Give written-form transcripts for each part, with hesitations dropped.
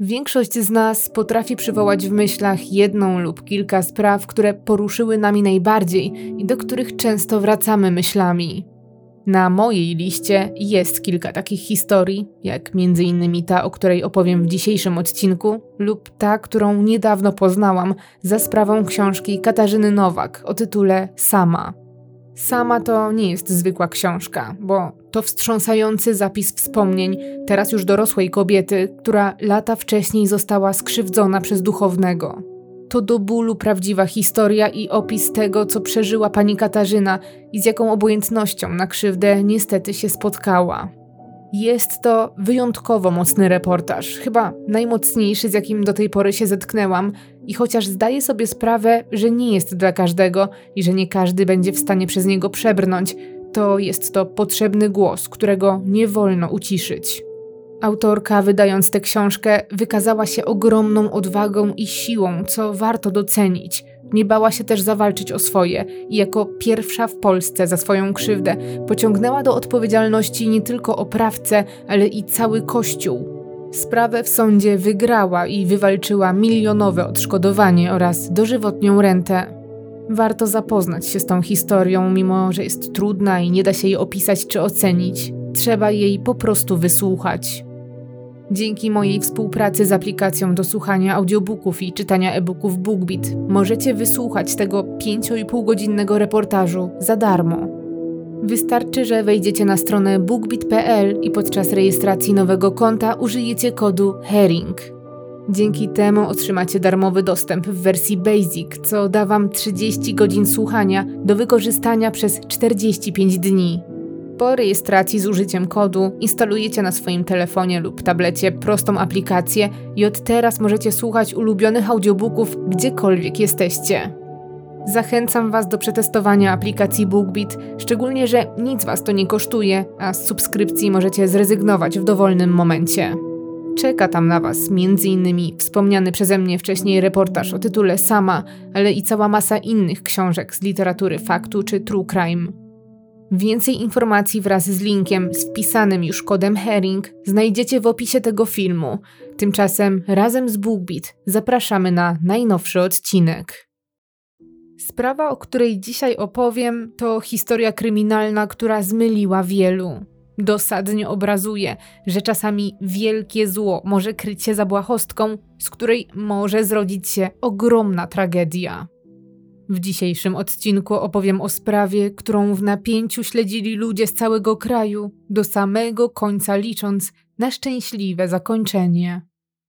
Większość z nas potrafi przywołać w myślach jedną lub kilka spraw, które poruszyły nami najbardziej i do których często wracamy myślami. Na mojej liście jest kilka takich historii, jak m.in. ta, o której opowiem w dzisiejszym odcinku, lub ta, którą niedawno poznałam za sprawą książki Katarzyny Nowak o tytule Sama. Sama to nie jest zwykła książka, bo to wstrząsający zapis wspomnień teraz już dorosłej kobiety, która lata wcześniej została skrzywdzona przez duchownego. To do bólu prawdziwa historia i opis tego, co przeżyła pani Katarzyna i z jaką obojętnością na krzywdę niestety się spotkała. Jest to wyjątkowo mocny reportaż, chyba najmocniejszy, z jakim do tej pory się zetknęłam i chociaż zdaję sobie sprawę, że nie jest dla każdego i że nie każdy będzie w stanie przez niego przebrnąć, to jest to potrzebny głos, którego nie wolno uciszyć. Autorka, wydając tę książkę, wykazała się ogromną odwagą i siłą, co warto docenić. Nie bała się też zawalczyć o swoje i jako pierwsza w Polsce za swoją krzywdę pociągnęła do odpowiedzialności nie tylko oprawcę, ale i cały Kościół. Sprawę w sądzie wygrała i wywalczyła milionowe odszkodowanie oraz dożywotnią rentę. Warto zapoznać się z tą historią, mimo że jest trudna i nie da się jej opisać czy ocenić. Trzeba jej po prostu wysłuchać. Dzięki mojej współpracy z aplikacją do słuchania audiobooków i czytania e-booków BookBeat możecie wysłuchać tego 5,5-godzinnego reportażu za darmo. Wystarczy, że wejdziecie na stronę bookbeat.pl i podczas rejestracji nowego konta użyjecie kodu HERING. Dzięki temu otrzymacie darmowy dostęp w wersji Basic, co da Wam 30 godzin słuchania do wykorzystania przez 45 dni. Po rejestracji z użyciem kodu instalujecie na swoim telefonie lub tablecie prostą aplikację i od teraz możecie słuchać ulubionych audiobooków gdziekolwiek jesteście. Zachęcam Was do przetestowania aplikacji BookBeat, szczególnie, że nic Was to nie kosztuje, a z subskrypcji możecie zrezygnować w dowolnym momencie. Czeka tam na Was m.in. wspomniany przeze mnie wcześniej reportaż o tytule Sama, ale i cała masa innych książek z literatury faktu czy true crime. Więcej informacji wraz z linkiem z wpisanym już kodem HERING znajdziecie w opisie tego filmu. Tymczasem razem z BookBeat zapraszamy na najnowszy odcinek. Sprawa, o której dzisiaj opowiem, to historia kryminalna, która zmyliła wielu. Dosadnie obrazuje, że czasami wielkie zło może kryć się za błahostką, z której może zrodzić się ogromna tragedia. W dzisiejszym odcinku opowiem o sprawie, którą w napięciu śledzili ludzie z całego kraju, do samego końca licząc na szczęśliwe zakończenie.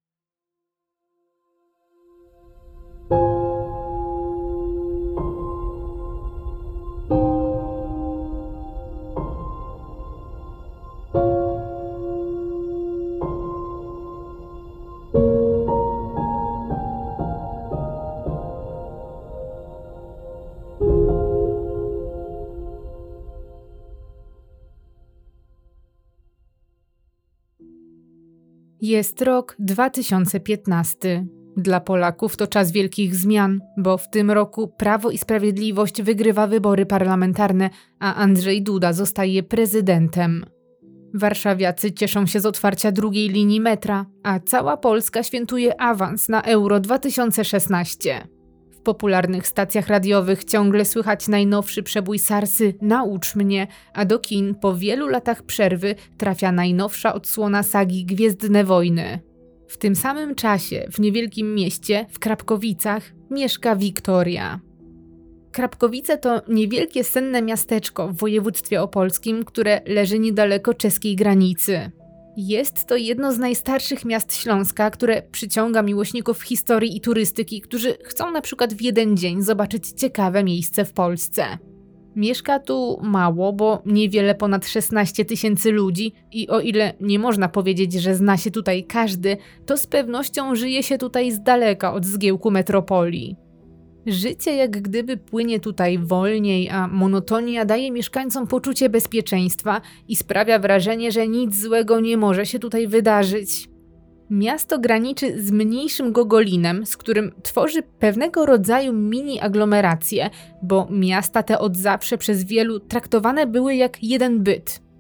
Jest rok 2015. Dla Polaków to czas wielkich zmian, bo w tym roku Prawo i Sprawiedliwość wygrywa wybory parlamentarne, a Andrzej Duda zostaje prezydentem. Warszawiacy cieszą się z otwarcia drugiej linii metra, a cała Polska świętuje awans na Euro 2016. W popularnych stacjach radiowych ciągle słychać najnowszy przebój Sarsy „Naucz mnie”, a do kin po wielu latach przerwy trafia najnowsza odsłona sagi Gwiezdne Wojny. W tym samym czasie w niewielkim mieście, w Krapkowicach, mieszka Wiktoria. Krapkowice to niewielkie senne miasteczko w województwie opolskim, które leży niedaleko czeskiej granicy. Jest to jedno z najstarszych miast Śląska, które przyciąga miłośników historii i turystyki, którzy chcą na przykład w jeden dzień zobaczyć ciekawe miejsce w Polsce. Mieszka tu mało, bo niewiele ponad 16 000 ludzi i o ile nie można powiedzieć, że zna się tutaj każdy, to z pewnością żyje się tutaj z daleka od zgiełku metropolii. Życie jak gdyby płynie tutaj wolniej, a monotonia daje mieszkańcom poczucie bezpieczeństwa i sprawia wrażenie, że nic złego nie może się tutaj wydarzyć. Miasto graniczy z mniejszym Gogolinem, z którym tworzy pewnego rodzaju mini-aglomerację, bo miasta te od zawsze przez wielu traktowane były jak jeden byt.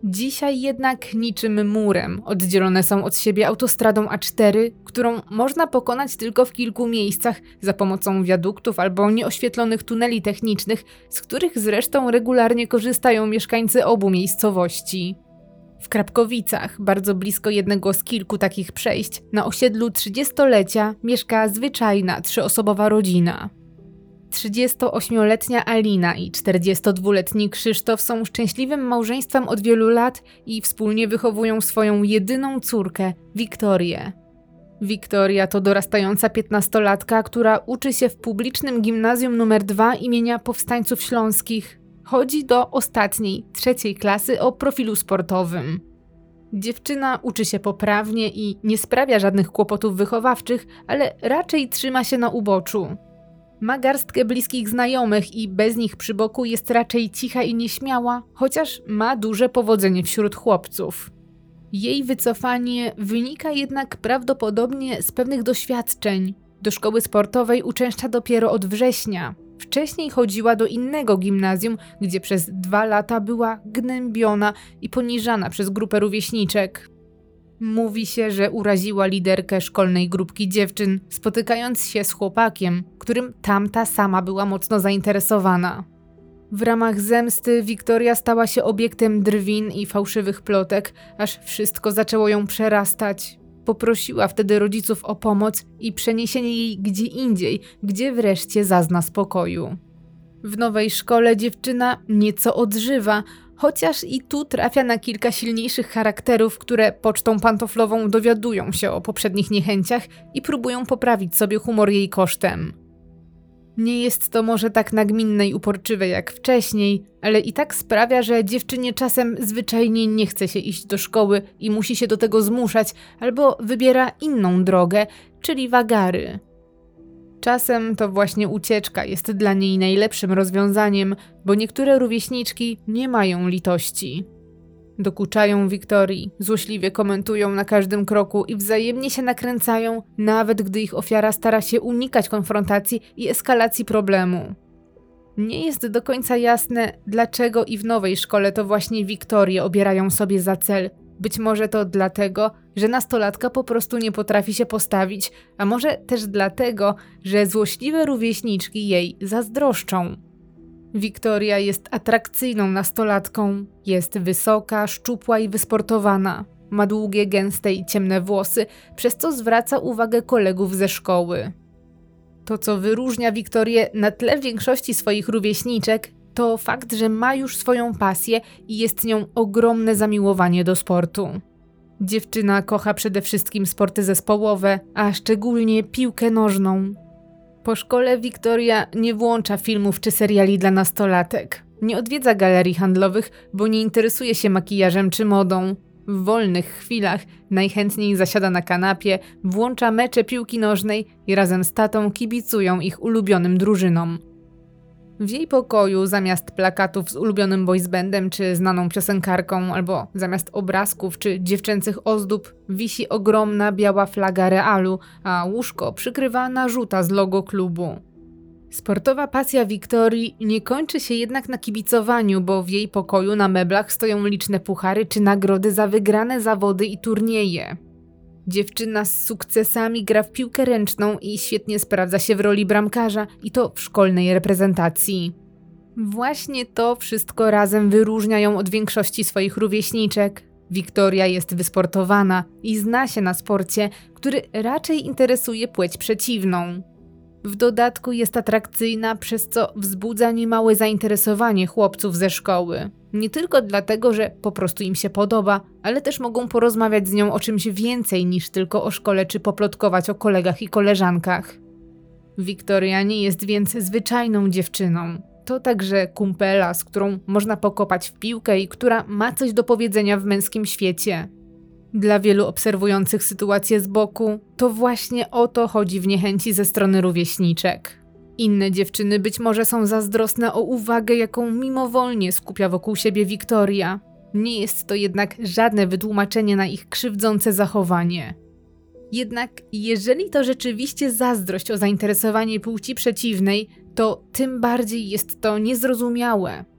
Dzisiaj jednak niczym murem oddzielone są od siebie autostradą A4, którą można pokonać tylko w kilku miejscach za pomocą wiaduktów albo nieoświetlonych tuneli technicznych, z których zresztą regularnie korzystają mieszkańcy obu miejscowości. W Krapkowicach, bardzo blisko jednego z kilku takich przejść, na osiedlu 30-lecia mieszka zwyczajna 3-osobowa rodzina. 38-letnia Alina i 42-letni Krzysztof są szczęśliwym małżeństwem od wielu lat i wspólnie wychowują swoją jedyną córkę, Wiktorię. Wiktoria to dorastająca 15-latka, która uczy się w publicznym gimnazjum nr 2 imienia Powstańców Śląskich. Chodzi do ostatniej, 3. klasy o profilu sportowym. Dziewczyna uczy się poprawnie i nie sprawia żadnych kłopotów wychowawczych, ale raczej trzyma się na uboczu. Ma garstkę bliskich znajomych i bez nich przy boku jest raczej cicha i nieśmiała, chociaż ma duże powodzenie wśród chłopców. Jej wycofanie wynika jednak prawdopodobnie z pewnych doświadczeń. Do szkoły sportowej uczęszcza dopiero od września. Wcześniej chodziła do innego gimnazjum, gdzie przez 2 lata była gnębiona i poniżana przez grupę rówieśniczek. Mówi się, że uraziła liderkę szkolnej grupki dziewczyn, spotykając się z chłopakiem, którym tamta sama była mocno zainteresowana. W ramach zemsty Wiktoria stała się obiektem drwin i fałszywych plotek, aż wszystko zaczęło ją przerastać. Poprosiła wtedy rodziców o pomoc i przeniesienie jej gdzie indziej, gdzie wreszcie zazna spokoju. W nowej szkole dziewczyna nieco odżywa, chociaż i tu trafia na kilka silniejszych charakterów, które pocztą pantoflową dowiadują się o poprzednich niechęciach i próbują poprawić sobie humor jej kosztem. Nie jest to może tak nagminne i uporczywe jak wcześniej, ale i tak sprawia, że dziewczynie czasem zwyczajnie nie chce się iść do szkoły i musi się do tego zmuszać, albo wybiera inną drogę, czyli wagary. Czasem to właśnie ucieczka jest dla niej najlepszym rozwiązaniem, bo niektóre rówieśniczki nie mają litości. Dokuczają Wiktorii, złośliwie komentują na każdym kroku i wzajemnie się nakręcają, nawet gdy ich ofiara stara się unikać konfrontacji i eskalacji problemu. Nie jest do końca jasne, dlaczego i w nowej szkole to właśnie Wiktorie obierają sobie za cel. Być może to dlatego, że nastolatka po prostu nie potrafi się postawić, a może też dlatego, że złośliwe rówieśniczki jej zazdroszczą. Wiktoria jest atrakcyjną nastolatką, jest wysoka, szczupła i wysportowana. Ma długie, gęste i ciemne włosy, przez co zwraca uwagę kolegów ze szkoły. To, co wyróżnia Wiktorię na tle większości swoich rówieśniczek, to fakt, że ma już swoją pasję i jest nią ogromne zamiłowanie do sportu. Dziewczyna kocha przede wszystkim sporty zespołowe, a szczególnie piłkę nożną. Po szkole Wiktoria nie włącza filmów czy seriali dla nastolatek. Nie odwiedza galerii handlowych, bo nie interesuje się makijażem czy modą. W wolnych chwilach najchętniej zasiada na kanapie, włącza mecze piłki nożnej i razem z tatą kibicują ich ulubionym drużynom. W jej pokoju zamiast plakatów z ulubionym boysbandem czy znaną piosenkarką, albo zamiast obrazków czy dziewczęcych ozdób wisi ogromna biała flaga Realu, a łóżko przykrywa narzuta z logo klubu. Sportowa pasja Wiktorii nie kończy się jednak na kibicowaniu, bo w jej pokoju na meblach stoją liczne puchary czy nagrody za wygrane zawody i turnieje. Dziewczyna z sukcesami gra w piłkę ręczną i świetnie sprawdza się w roli bramkarza, i to w szkolnej reprezentacji. Właśnie to wszystko razem wyróżnia ją od większości swoich rówieśniczek. Wiktoria jest wysportowana i zna się na sporcie, który raczej interesuje płeć przeciwną. W dodatku jest atrakcyjna, przez co wzbudza niemałe zainteresowanie chłopców ze szkoły. Nie tylko dlatego, że po prostu im się podoba, ale też mogą porozmawiać z nią o czymś więcej niż tylko o szkole czy poplotkować o kolegach i koleżankach. Wiktoria nie jest więc zwyczajną dziewczyną. To także kumpela, z którą można pokopać w piłkę i która ma coś do powiedzenia w męskim świecie. Dla wielu obserwujących sytuację z boku, to właśnie o to chodzi w niechęci ze strony rówieśniczek. Inne dziewczyny być może są zazdrosne o uwagę, jaką mimowolnie skupia wokół siebie Wiktoria. Nie jest to jednak żadne wytłumaczenie na ich krzywdzące zachowanie. Jednak jeżeli to rzeczywiście zazdrość o zainteresowanie płci przeciwnej, to tym bardziej jest to niezrozumiałe.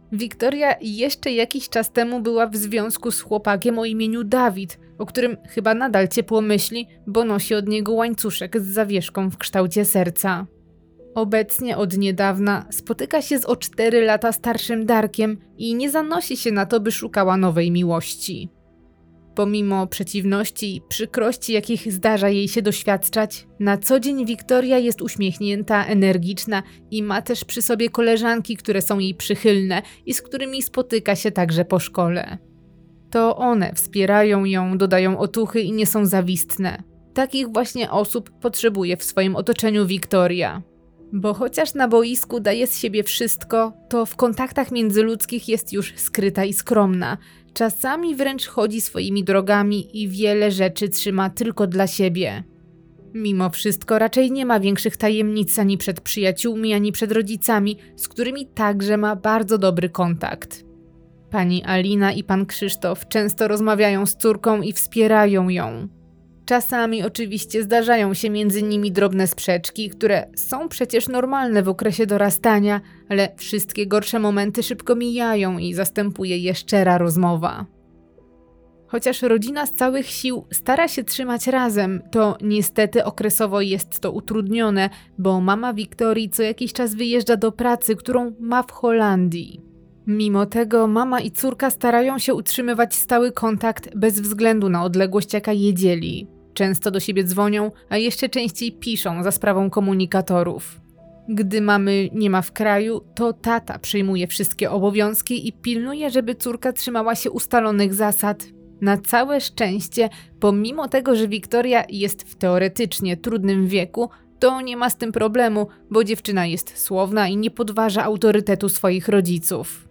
Wiktoria jeszcze jakiś czas temu była w związku z chłopakiem o imieniu Dawid, o którym chyba nadal ciepło myśli, bo nosi od niego łańcuszek z zawieszką w kształcie serca. Obecnie od niedawna spotyka się z o 4 lata starszym Darkiem i nie zanosi się na to, by szukała nowej miłości. Pomimo przeciwności i przykrości, jakich zdarza jej się doświadczać, na co dzień Wiktoria jest uśmiechnięta, energiczna i ma też przy sobie koleżanki, które są jej przychylne i z którymi spotyka się także po szkole. To one wspierają ją, dodają otuchy i nie są zawistne. Takich właśnie osób potrzebuje w swoim otoczeniu Wiktoria. Bo chociaż na boisku daje z siebie wszystko, to w kontaktach międzyludzkich jest już skryta i skromna. Czasami wręcz chodzi swoimi drogami i wiele rzeczy trzyma tylko dla siebie. Mimo wszystko raczej nie ma większych tajemnic ani przed przyjaciółmi, ani przed rodzicami, z którymi także ma bardzo dobry kontakt. Pani Alina i pan Krzysztof często rozmawiają z córką i wspierają ją. Czasami oczywiście zdarzają się między nimi drobne sprzeczki, które są przecież normalne w okresie dorastania, ale wszystkie gorsze momenty szybko mijają i zastępuje je szczera rozmowa. Chociaż rodzina z całych sił stara się trzymać razem, to niestety okresowo jest to utrudnione, bo mama Wiktorii co jakiś czas wyjeżdża do pracy, którą ma w Holandii. Mimo tego mama i córka starają się utrzymywać stały kontakt bez względu na odległość, jaka je dzieli. Często do siebie dzwonią, a jeszcze częściej piszą za sprawą komunikatorów. Gdy mamy nie ma w kraju, to tata przyjmuje wszystkie obowiązki i pilnuje, żeby córka trzymała się ustalonych zasad. Na całe szczęście, pomimo tego, że Wiktoria jest w teoretycznie trudnym wieku, to nie ma z tym problemu, bo dziewczyna jest słowna i nie podważa autorytetu swoich rodziców.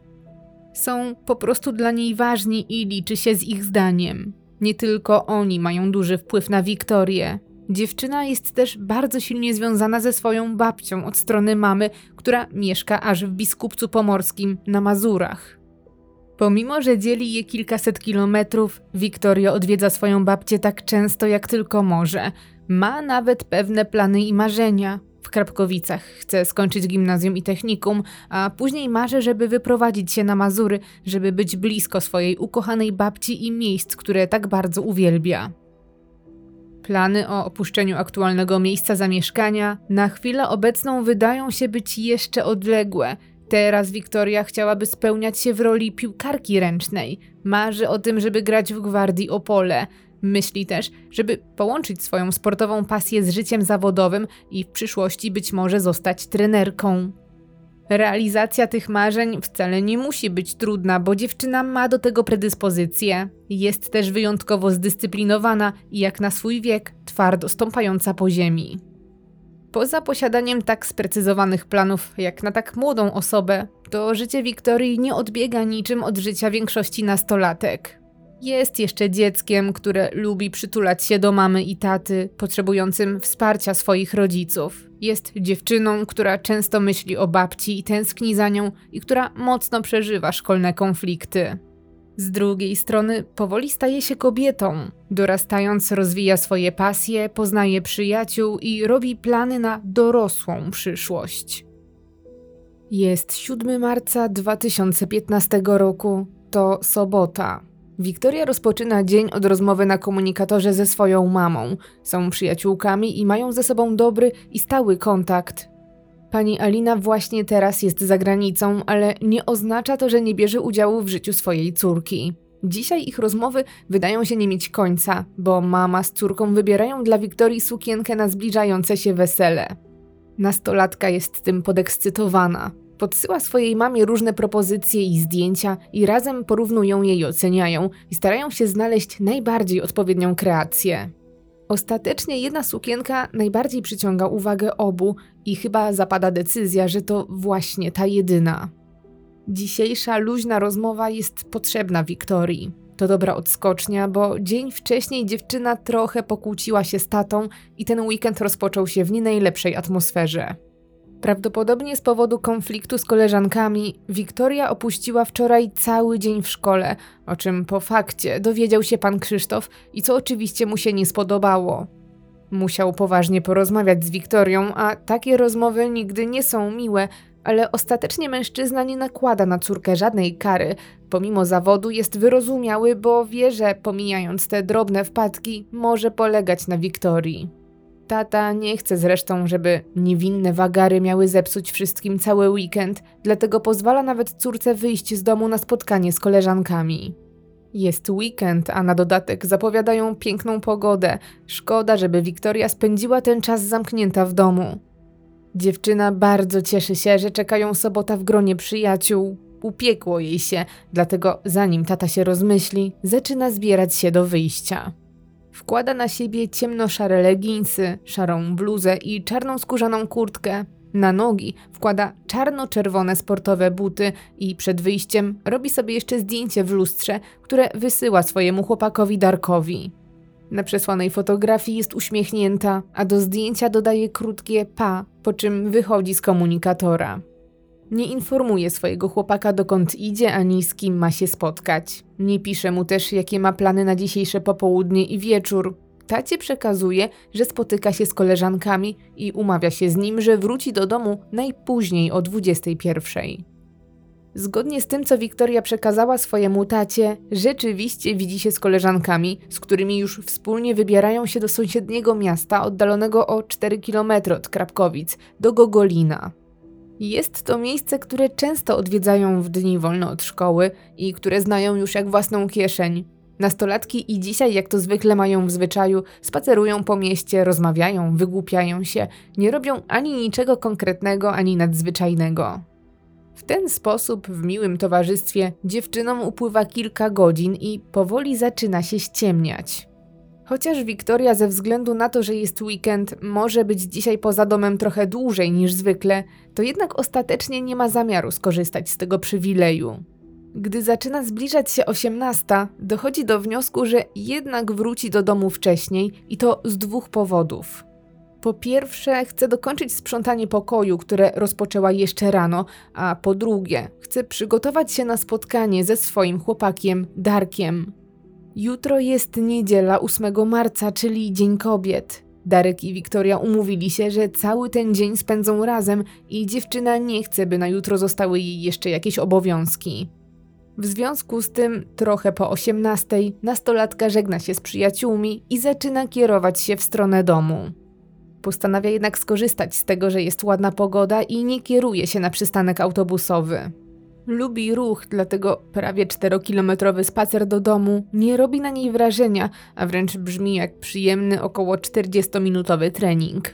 Są po prostu dla niej ważni i liczy się z ich zdaniem. Nie tylko oni mają duży wpływ na Wiktorię. Dziewczyna jest też bardzo silnie związana ze swoją babcią od strony mamy, która mieszka aż w Biskupcu Pomorskim na Mazurach. Pomimo, że dzieli je kilkaset kilometrów, Wiktoria odwiedza swoją babcię tak często, jak tylko może. Ma nawet pewne plany i marzenia. W Krapkowicach chce skończyć gimnazjum i technikum, a później marzy, żeby wyprowadzić się na Mazury, żeby być blisko swojej ukochanej babci i miejsc, które tak bardzo uwielbia. Plany o opuszczeniu aktualnego miejsca zamieszkania na chwilę obecną wydają się być jeszcze odległe. Teraz Wiktoria chciałaby spełniać się w roli piłkarki ręcznej. Marzy o tym, żeby grać w Gwardii Opole. Myśli też, żeby połączyć swoją sportową pasję z życiem zawodowym i w przyszłości być może zostać trenerką. Realizacja tych marzeń wcale nie musi być trudna, bo dziewczyna ma do tego predyspozycje. Jest też wyjątkowo zdyscyplinowana i jak na swój wiek twardo stąpająca po ziemi. Poza posiadaniem tak sprecyzowanych planów jak na tak młodą osobę, to życie Wiktorii nie odbiega niczym od życia większości nastolatek. Jest jeszcze dzieckiem, które lubi przytulać się do mamy i taty, potrzebującym wsparcia swoich rodziców. Jest dziewczyną, która często myśli o babci i tęskni za nią i która mocno przeżywa szkolne konflikty. Z drugiej strony powoli staje się kobietą. Dorastając rozwija swoje pasje, poznaje przyjaciół i robi plany na dorosłą przyszłość. Jest 7 marca 2015 roku. To sobota. Wiktoria rozpoczyna dzień od rozmowy na komunikatorze ze swoją mamą. Są przyjaciółkami i mają ze sobą dobry i stały kontakt. Pani Alina właśnie teraz jest za granicą, ale nie oznacza to, że nie bierze udziału w życiu swojej córki. Dzisiaj ich rozmowy wydają się nie mieć końca, bo mama z córką wybierają dla Wiktorii sukienkę na zbliżające się wesele. Nastolatka jest tym podekscytowana. Podsyła swojej mamie różne propozycje i zdjęcia i razem porównują je i oceniają i starają się znaleźć najbardziej odpowiednią kreację. Ostatecznie jedna sukienka najbardziej przyciąga uwagę obu i chyba zapada decyzja, że to właśnie ta jedyna. Dzisiejsza luźna rozmowa jest potrzebna Wiktorii. To dobra odskocznia, bo dzień wcześniej dziewczyna trochę pokłóciła się z tatą i ten weekend rozpoczął się w nie najlepszej atmosferze. Prawdopodobnie z powodu konfliktu z koleżankami Wiktoria opuściła wczoraj cały dzień w szkole, o czym po fakcie dowiedział się pan Krzysztof i co oczywiście mu się nie spodobało. Musiał poważnie porozmawiać z Wiktorią, a takie rozmowy nigdy nie są miłe, ale ostatecznie mężczyzna nie nakłada na córkę żadnej kary. Pomimo zawodu jest wyrozumiały, bo wie, że pomijając te drobne wpadki, może polegać na Wiktorii. Tata nie chce zresztą, żeby niewinne wagary miały zepsuć wszystkim cały weekend, dlatego pozwala nawet córce wyjść z domu na spotkanie z koleżankami. Jest weekend, a na dodatek zapowiadają piękną pogodę. Szkoda, żeby Wiktoria spędziła ten czas zamknięta w domu. Dziewczyna bardzo cieszy się, że czekają sobota w gronie przyjaciół. Upiekło jej się, dlatego zanim tata się rozmyśli, zaczyna zbierać się do wyjścia. Wkłada na siebie ciemnoszare leginsy, szarą bluzę i czarną skórzaną kurtkę. Na nogi wkłada czarno-czerwone sportowe buty i przed wyjściem robi sobie jeszcze zdjęcie w lustrze, które wysyła swojemu chłopakowi Darkowi. Na przesłanej fotografii jest uśmiechnięta, a do zdjęcia dodaje krótkie pa, po czym wychodzi z komunikatora. Nie informuje swojego chłopaka, dokąd idzie, ani z kim ma się spotkać. Nie pisze mu też, jakie ma plany na dzisiejsze popołudnie i wieczór. Tacie przekazuje, że spotyka się z koleżankami i umawia się z nim, że wróci do domu najpóźniej o 21:00. Zgodnie z tym, co Wiktoria przekazała swojemu tacie, rzeczywiście widzi się z koleżankami, z którymi już wspólnie wybierają się do sąsiedniego miasta oddalonego o 4 km od Krapkowic, do Gogolina. Jest to miejsce, które często odwiedzają w dni wolne od szkoły i które znają już jak własną kieszeń. Nastolatki i dzisiaj, jak to zwykle mają w zwyczaju, spacerują po mieście, rozmawiają, wygłupiają się, nie robią ani niczego konkretnego, ani nadzwyczajnego. W ten sposób, w miłym towarzystwie, dziewczynom upływa kilka godzin i powoli zaczyna się ściemniać. Chociaż Wiktoria ze względu na to, że jest weekend, może być dzisiaj poza domem trochę dłużej niż zwykle, to jednak ostatecznie nie ma zamiaru skorzystać z tego przywileju. Gdy zaczyna zbliżać się 18:00, dochodzi do wniosku, że jednak wróci do domu wcześniej i to z 2 powodów. Po pierwsze, chce dokończyć sprzątanie pokoju, które rozpoczęła jeszcze rano, a po drugie, chce przygotować się na spotkanie ze swoim chłopakiem Darkiem. Jutro jest niedziela 8 marca, czyli Dzień Kobiet. Darek i Wiktoria umówili się, że cały ten dzień spędzą razem i dziewczyna nie chce, by na jutro zostały jej jeszcze jakieś obowiązki. W związku z tym, trochę po 18:00, nastolatka żegna się z przyjaciółmi i zaczyna kierować się w stronę domu. Postanawia jednak skorzystać z tego, że jest ładna pogoda i nie kieruje się na przystanek autobusowy. Lubi ruch, dlatego prawie 4-kilometrowy spacer do domu nie robi na niej wrażenia, a wręcz brzmi jak przyjemny około 40-minutowy trening.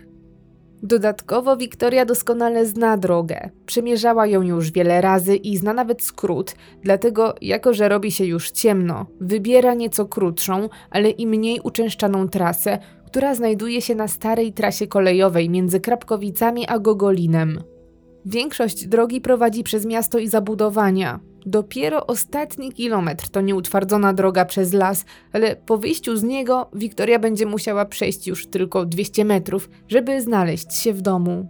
Dodatkowo Wiktoria doskonale zna drogę. Przemierzała ją już wiele razy i zna nawet skrót, dlatego jako że robi się już ciemno, wybiera nieco krótszą, ale i mniej uczęszczaną trasę, która znajduje się na starej trasie kolejowej między Krapkowicami a Gogolinem. Większość drogi prowadzi przez miasto i zabudowania. Dopiero ostatni kilometr to nieutwardzona droga przez las, ale po wyjściu z niego Wiktoria będzie musiała przejść już tylko 200 metrów, żeby znaleźć się w domu.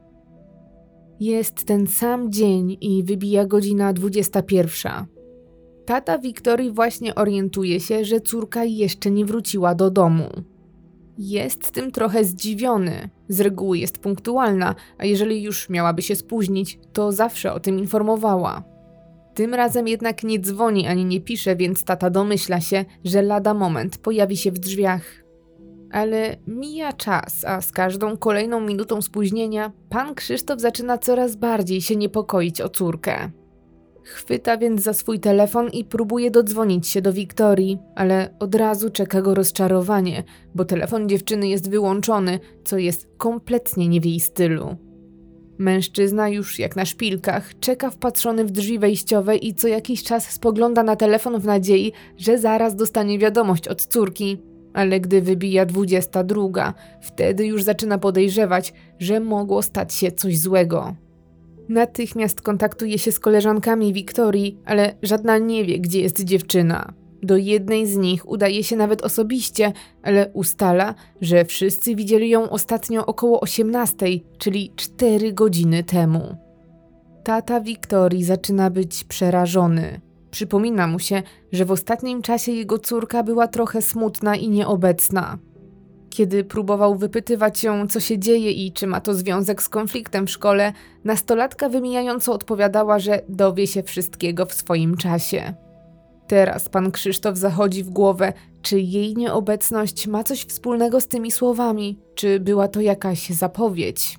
Jest ten sam dzień i wybija godzina 21:00. Tata Wiktorii właśnie orientuje się, że córka jeszcze nie wróciła do domu. Jest tym trochę zdziwiony. Z reguły jest punktualna, a jeżeli już miałaby się spóźnić, to zawsze o tym informowała. Tym razem jednak nie dzwoni ani nie pisze, więc tata domyśla się, że lada moment pojawi się w drzwiach. Ale mija czas, a z każdą kolejną minutą spóźnienia pan Krzysztof zaczyna coraz bardziej się niepokoić o córkę. Chwyta więc za swój telefon i próbuje dodzwonić się do Wiktorii, ale od razu czeka go rozczarowanie, bo telefon dziewczyny jest wyłączony, co jest kompletnie nie w jej stylu. Mężczyzna już jak na szpilkach czeka wpatrzony w drzwi wejściowe i co jakiś czas spogląda na telefon w nadziei, że zaraz dostanie wiadomość od córki. Ale gdy wybija 22:00, wtedy już zaczyna podejrzewać, że mogło stać się coś złego. Natychmiast kontaktuje się z koleżankami Wiktorii, ale żadna nie wie, gdzie jest dziewczyna. Do jednej z nich udaje się nawet osobiście, ale ustala, że wszyscy widzieli ją ostatnio około 18:00, czyli 4 godziny temu. Tata Wiktorii zaczyna być przerażony. Przypomina mu się, że w ostatnim czasie jego córka była trochę smutna i nieobecna. Kiedy próbował wypytywać ją, co się dzieje i czy ma to związek z konfliktem w szkole, nastolatka wymijająco odpowiadała, że dowie się wszystkiego w swoim czasie. Teraz pan Krzysztof zachodzi w głowę, czy jej nieobecność ma coś wspólnego z tymi słowami, czy była to jakaś zapowiedź.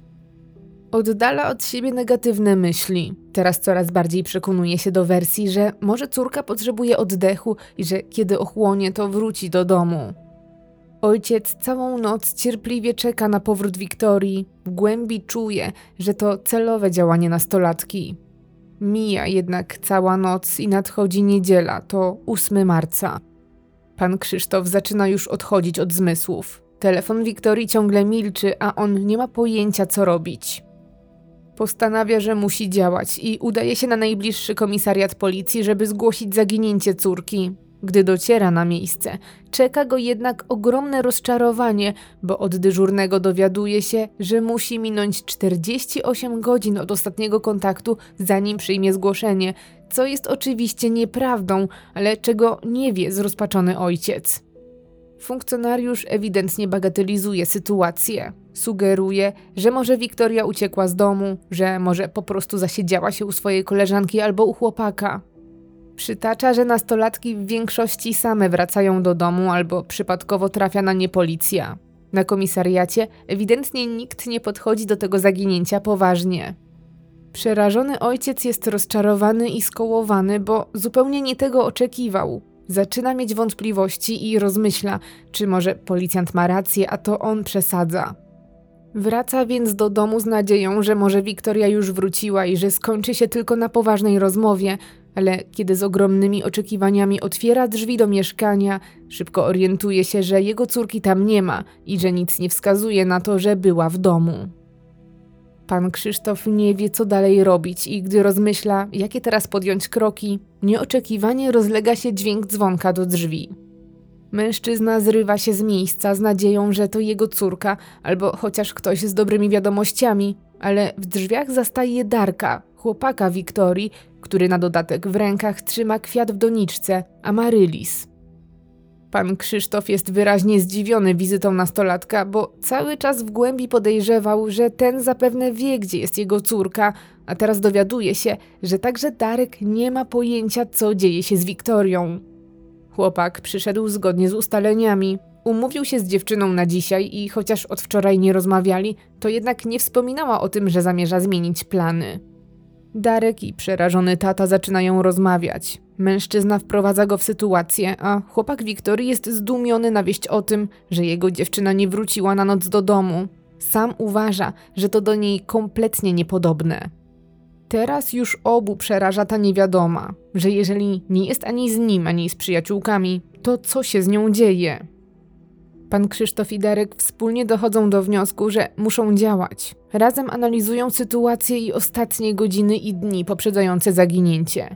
Oddala od siebie negatywne myśli. Teraz coraz bardziej przekonuje się do wersji, że może córka potrzebuje oddechu i że kiedy ochłonie, to wróci do domu. Ojciec całą noc cierpliwie czeka na powrót Wiktorii. W głębi czuje, że to celowe działanie nastolatki. Mija jednak cała noc i nadchodzi niedziela, to 8 marca. Pan Krzysztof zaczyna już odchodzić od zmysłów. Telefon Wiktorii ciągle milczy, a on nie ma pojęcia, co robić. Postanawia, że musi działać i udaje się na najbliższy komisariat policji, żeby zgłosić zaginięcie córki. Gdy dociera na miejsce, czeka go jednak ogromne rozczarowanie, bo od dyżurnego dowiaduje się, że musi minąć 48 godzin od ostatniego kontaktu, zanim przyjmie zgłoszenie, co jest oczywiście nieprawdą, ale czego nie wie zrozpaczony ojciec. Funkcjonariusz ewidentnie bagatelizuje sytuację. Sugeruje, że może Wiktoria uciekła z domu, że może po prostu zasiedziała się u swojej koleżanki albo u chłopaka. Przytacza, że nastolatki w większości same wracają do domu albo przypadkowo trafia na nie policja. Na komisariacie ewidentnie nikt nie podchodzi do tego zaginięcia poważnie. Przerażony ojciec jest rozczarowany i skołowany, bo zupełnie nie tego oczekiwał. Zaczyna mieć wątpliwości i rozmyśla, czy może policjant ma rację, a to on przesadza. Wraca więc do domu z nadzieją, że może Wiktoria już wróciła i że skończy się tylko na poważnej rozmowie, ale kiedy z ogromnymi oczekiwaniami otwiera drzwi do mieszkania, szybko orientuje się, że jego córki tam nie ma i że nic nie wskazuje na to, że była w domu. Pan Krzysztof nie wie, co dalej robić i gdy rozmyśla, jakie teraz podjąć kroki, nieoczekiwanie rozlega się dźwięk dzwonka do drzwi. Mężczyzna zrywa się z miejsca z nadzieją, że to jego córka albo chociaż ktoś z dobrymi wiadomościami, ale w drzwiach zastaje Darka, chłopaka Wiktorii, który na dodatek w rękach trzyma kwiat w doniczce, Amaryllis. Pan Krzysztof jest wyraźnie zdziwiony wizytą nastolatka, bo cały czas w głębi podejrzewał, że ten zapewne wie, gdzie jest jego córka, a teraz dowiaduje się, że także Darek nie ma pojęcia, co dzieje się z Wiktorią. Chłopak przyszedł zgodnie z ustaleniami. Umówił się z dziewczyną na dzisiaj i chociaż od wczoraj nie rozmawiali, to jednak nie wspominała o tym, że zamierza zmienić plany. Darek i przerażony tata zaczynają rozmawiać. Mężczyzna wprowadza go w sytuację, a chłopak Wiktorii jest zdumiony na wieść o tym, że jego dziewczyna nie wróciła na noc do domu. Sam uważa, że to do niej kompletnie niepodobne. Teraz już obu przeraża ta niewiadoma, że jeżeli nie jest ani z nim, ani z przyjaciółkami, to co się z nią dzieje? Pan Krzysztof i Darek wspólnie dochodzą do wniosku, że muszą działać. Razem analizują sytuację i ostatnie godziny i dni poprzedzające zaginięcie.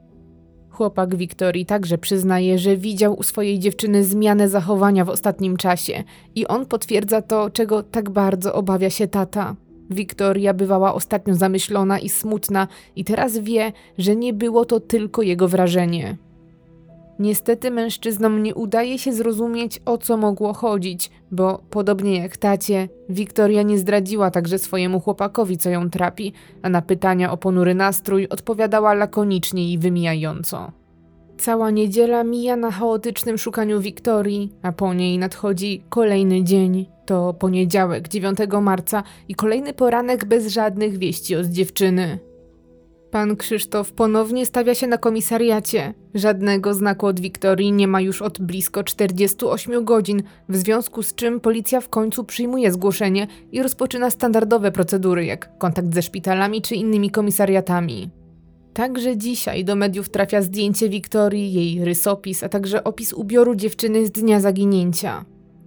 Chłopak Wiktorii także przyznaje, że widział u swojej dziewczyny zmianę zachowania w ostatnim czasie i on potwierdza to, czego tak bardzo obawia się tata. Wiktoria bywała ostatnio zamyślona i smutna i teraz wie, że nie było to tylko jego wrażenie. Niestety mężczyznom nie udaje się zrozumieć, o co mogło chodzić, bo podobnie jak tacie, Wiktoria nie zdradziła także swojemu chłopakowi, co ją trapi, a na pytania o ponury nastrój odpowiadała lakonicznie i wymijająco. Cała niedziela mija na chaotycznym szukaniu Wiktorii, a po niej nadchodzi kolejny dzień. To poniedziałek, 9 marca i kolejny poranek bez żadnych wieści od dziewczyny. Pan Krzysztof ponownie stawia się na komisariacie. Żadnego znaku od Wiktorii nie ma już od blisko 48 godzin, w związku z czym policja w końcu przyjmuje zgłoszenie i rozpoczyna standardowe procedury, jak kontakt ze szpitalami czy innymi komisariatami. Także dzisiaj do mediów trafia zdjęcie Wiktorii, jej rysopis, a także opis ubioru dziewczyny z dnia zaginięcia.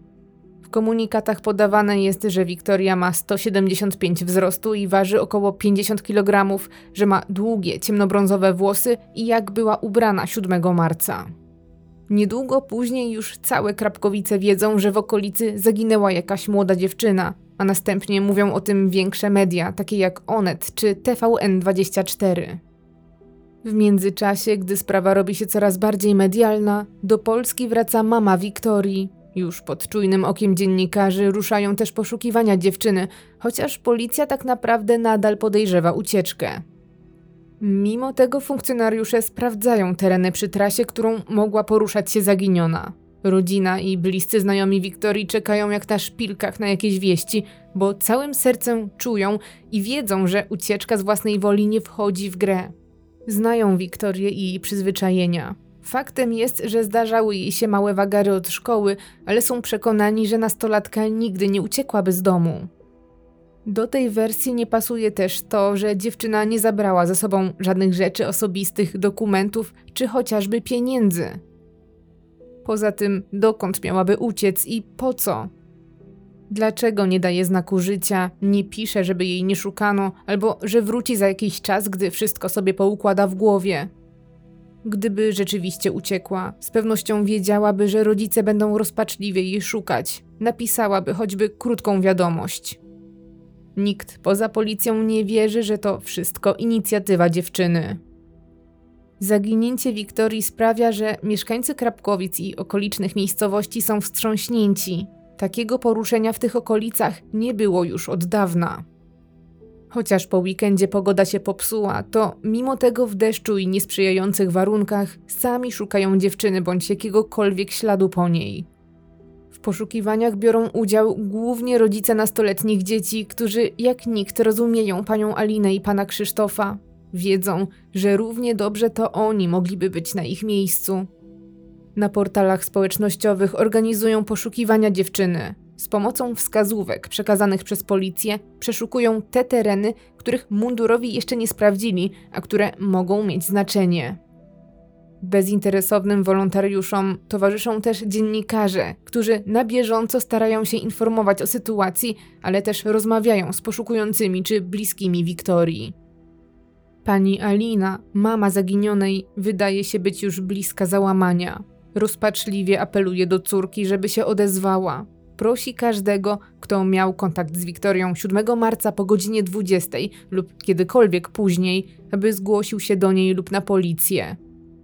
W komunikatach podawane jest, że Wiktoria ma 175 wzrostu i waży około 50 kg, że ma długie, ciemnobrązowe włosy i jak była ubrana 7 marca. Niedługo później już całe Krapkowice wiedzą, że w okolicy zaginęła jakaś młoda dziewczyna, a następnie mówią o tym większe media, takie jak Onet czy TVN24. W międzyczasie, gdy sprawa robi się coraz bardziej medialna, do Polski wraca mama Wiktorii. Już pod czujnym okiem dziennikarzy ruszają też poszukiwania dziewczyny, chociaż policja tak naprawdę nadal podejrzewa ucieczkę. Mimo tego funkcjonariusze sprawdzają tereny przy trasie, którą mogła poruszać się zaginiona. Rodzina i bliscy znajomi Wiktorii czekają jak na szpilkach na jakieś wieści, bo całym sercem czują i wiedzą, że ucieczka z własnej woli nie wchodzi w grę. Znają Wiktorię i jej przyzwyczajenia. Faktem jest, że zdarzały jej się małe wagary od szkoły, ale są przekonani, że nastolatka nigdy nie uciekłaby z domu. Do tej wersji nie pasuje też to, że dziewczyna nie zabrała ze sobą żadnych rzeczy osobistych, dokumentów czy chociażby pieniędzy. Poza tym, dokąd miałaby uciec i po co? Dlaczego nie daje znaku życia, nie pisze, żeby jej nie szukano, albo że wróci za jakiś czas, gdy wszystko sobie poukłada w głowie? Gdyby rzeczywiście uciekła, z pewnością wiedziałaby, że rodzice będą rozpaczliwie jej szukać. Napisałaby choćby krótką wiadomość. Nikt poza policją nie wierzy, że to wszystko inicjatywa dziewczyny. Zaginięcie Wiktorii sprawia, że mieszkańcy Krapkowic i okolicznych miejscowości są wstrząśnięci. Takiego poruszenia w tych okolicach nie było już od dawna. Chociaż po weekendzie pogoda się popsuła, to mimo tego w deszczu i niesprzyjających warunkach sami szukają dziewczyny bądź jakiegokolwiek śladu po niej. W poszukiwaniach biorą udział głównie rodzice nastoletnich dzieci, którzy jak nikt rozumieją panią Alinę i pana Krzysztofa. Wiedzą, że równie dobrze to oni mogliby być na ich miejscu. Na portalach społecznościowych organizują poszukiwania dziewczyny. Z pomocą wskazówek przekazanych przez policję przeszukują te tereny, których mundurowi jeszcze nie sprawdzili, a które mogą mieć znaczenie. Bezinteresownym wolontariuszom towarzyszą też dziennikarze, którzy na bieżąco starają się informować o sytuacji, ale też rozmawiają z poszukującymi czy bliskimi Wiktorii. Pani Alina, mama zaginionej, wydaje się być już bliska załamania. Rozpaczliwie apeluje do córki, żeby się odezwała. Prosi każdego, kto miał kontakt z Wiktorią 7 marca po godzinie 20 lub kiedykolwiek później, aby zgłosił się do niej lub na policję.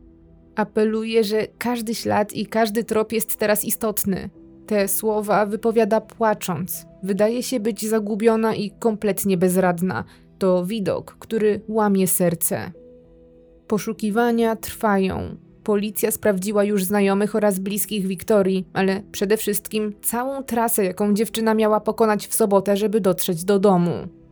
Apeluje, że każdy ślad i każdy trop jest teraz istotny. Te słowa wypowiada płacząc. Wydaje się być zagubiona i kompletnie bezradna. To widok, który łamie serce. Poszukiwania trwają. Policja sprawdziła już znajomych oraz bliskich Wiktorii, ale przede wszystkim całą trasę, jaką dziewczyna miała pokonać w sobotę, żeby dotrzeć do domu.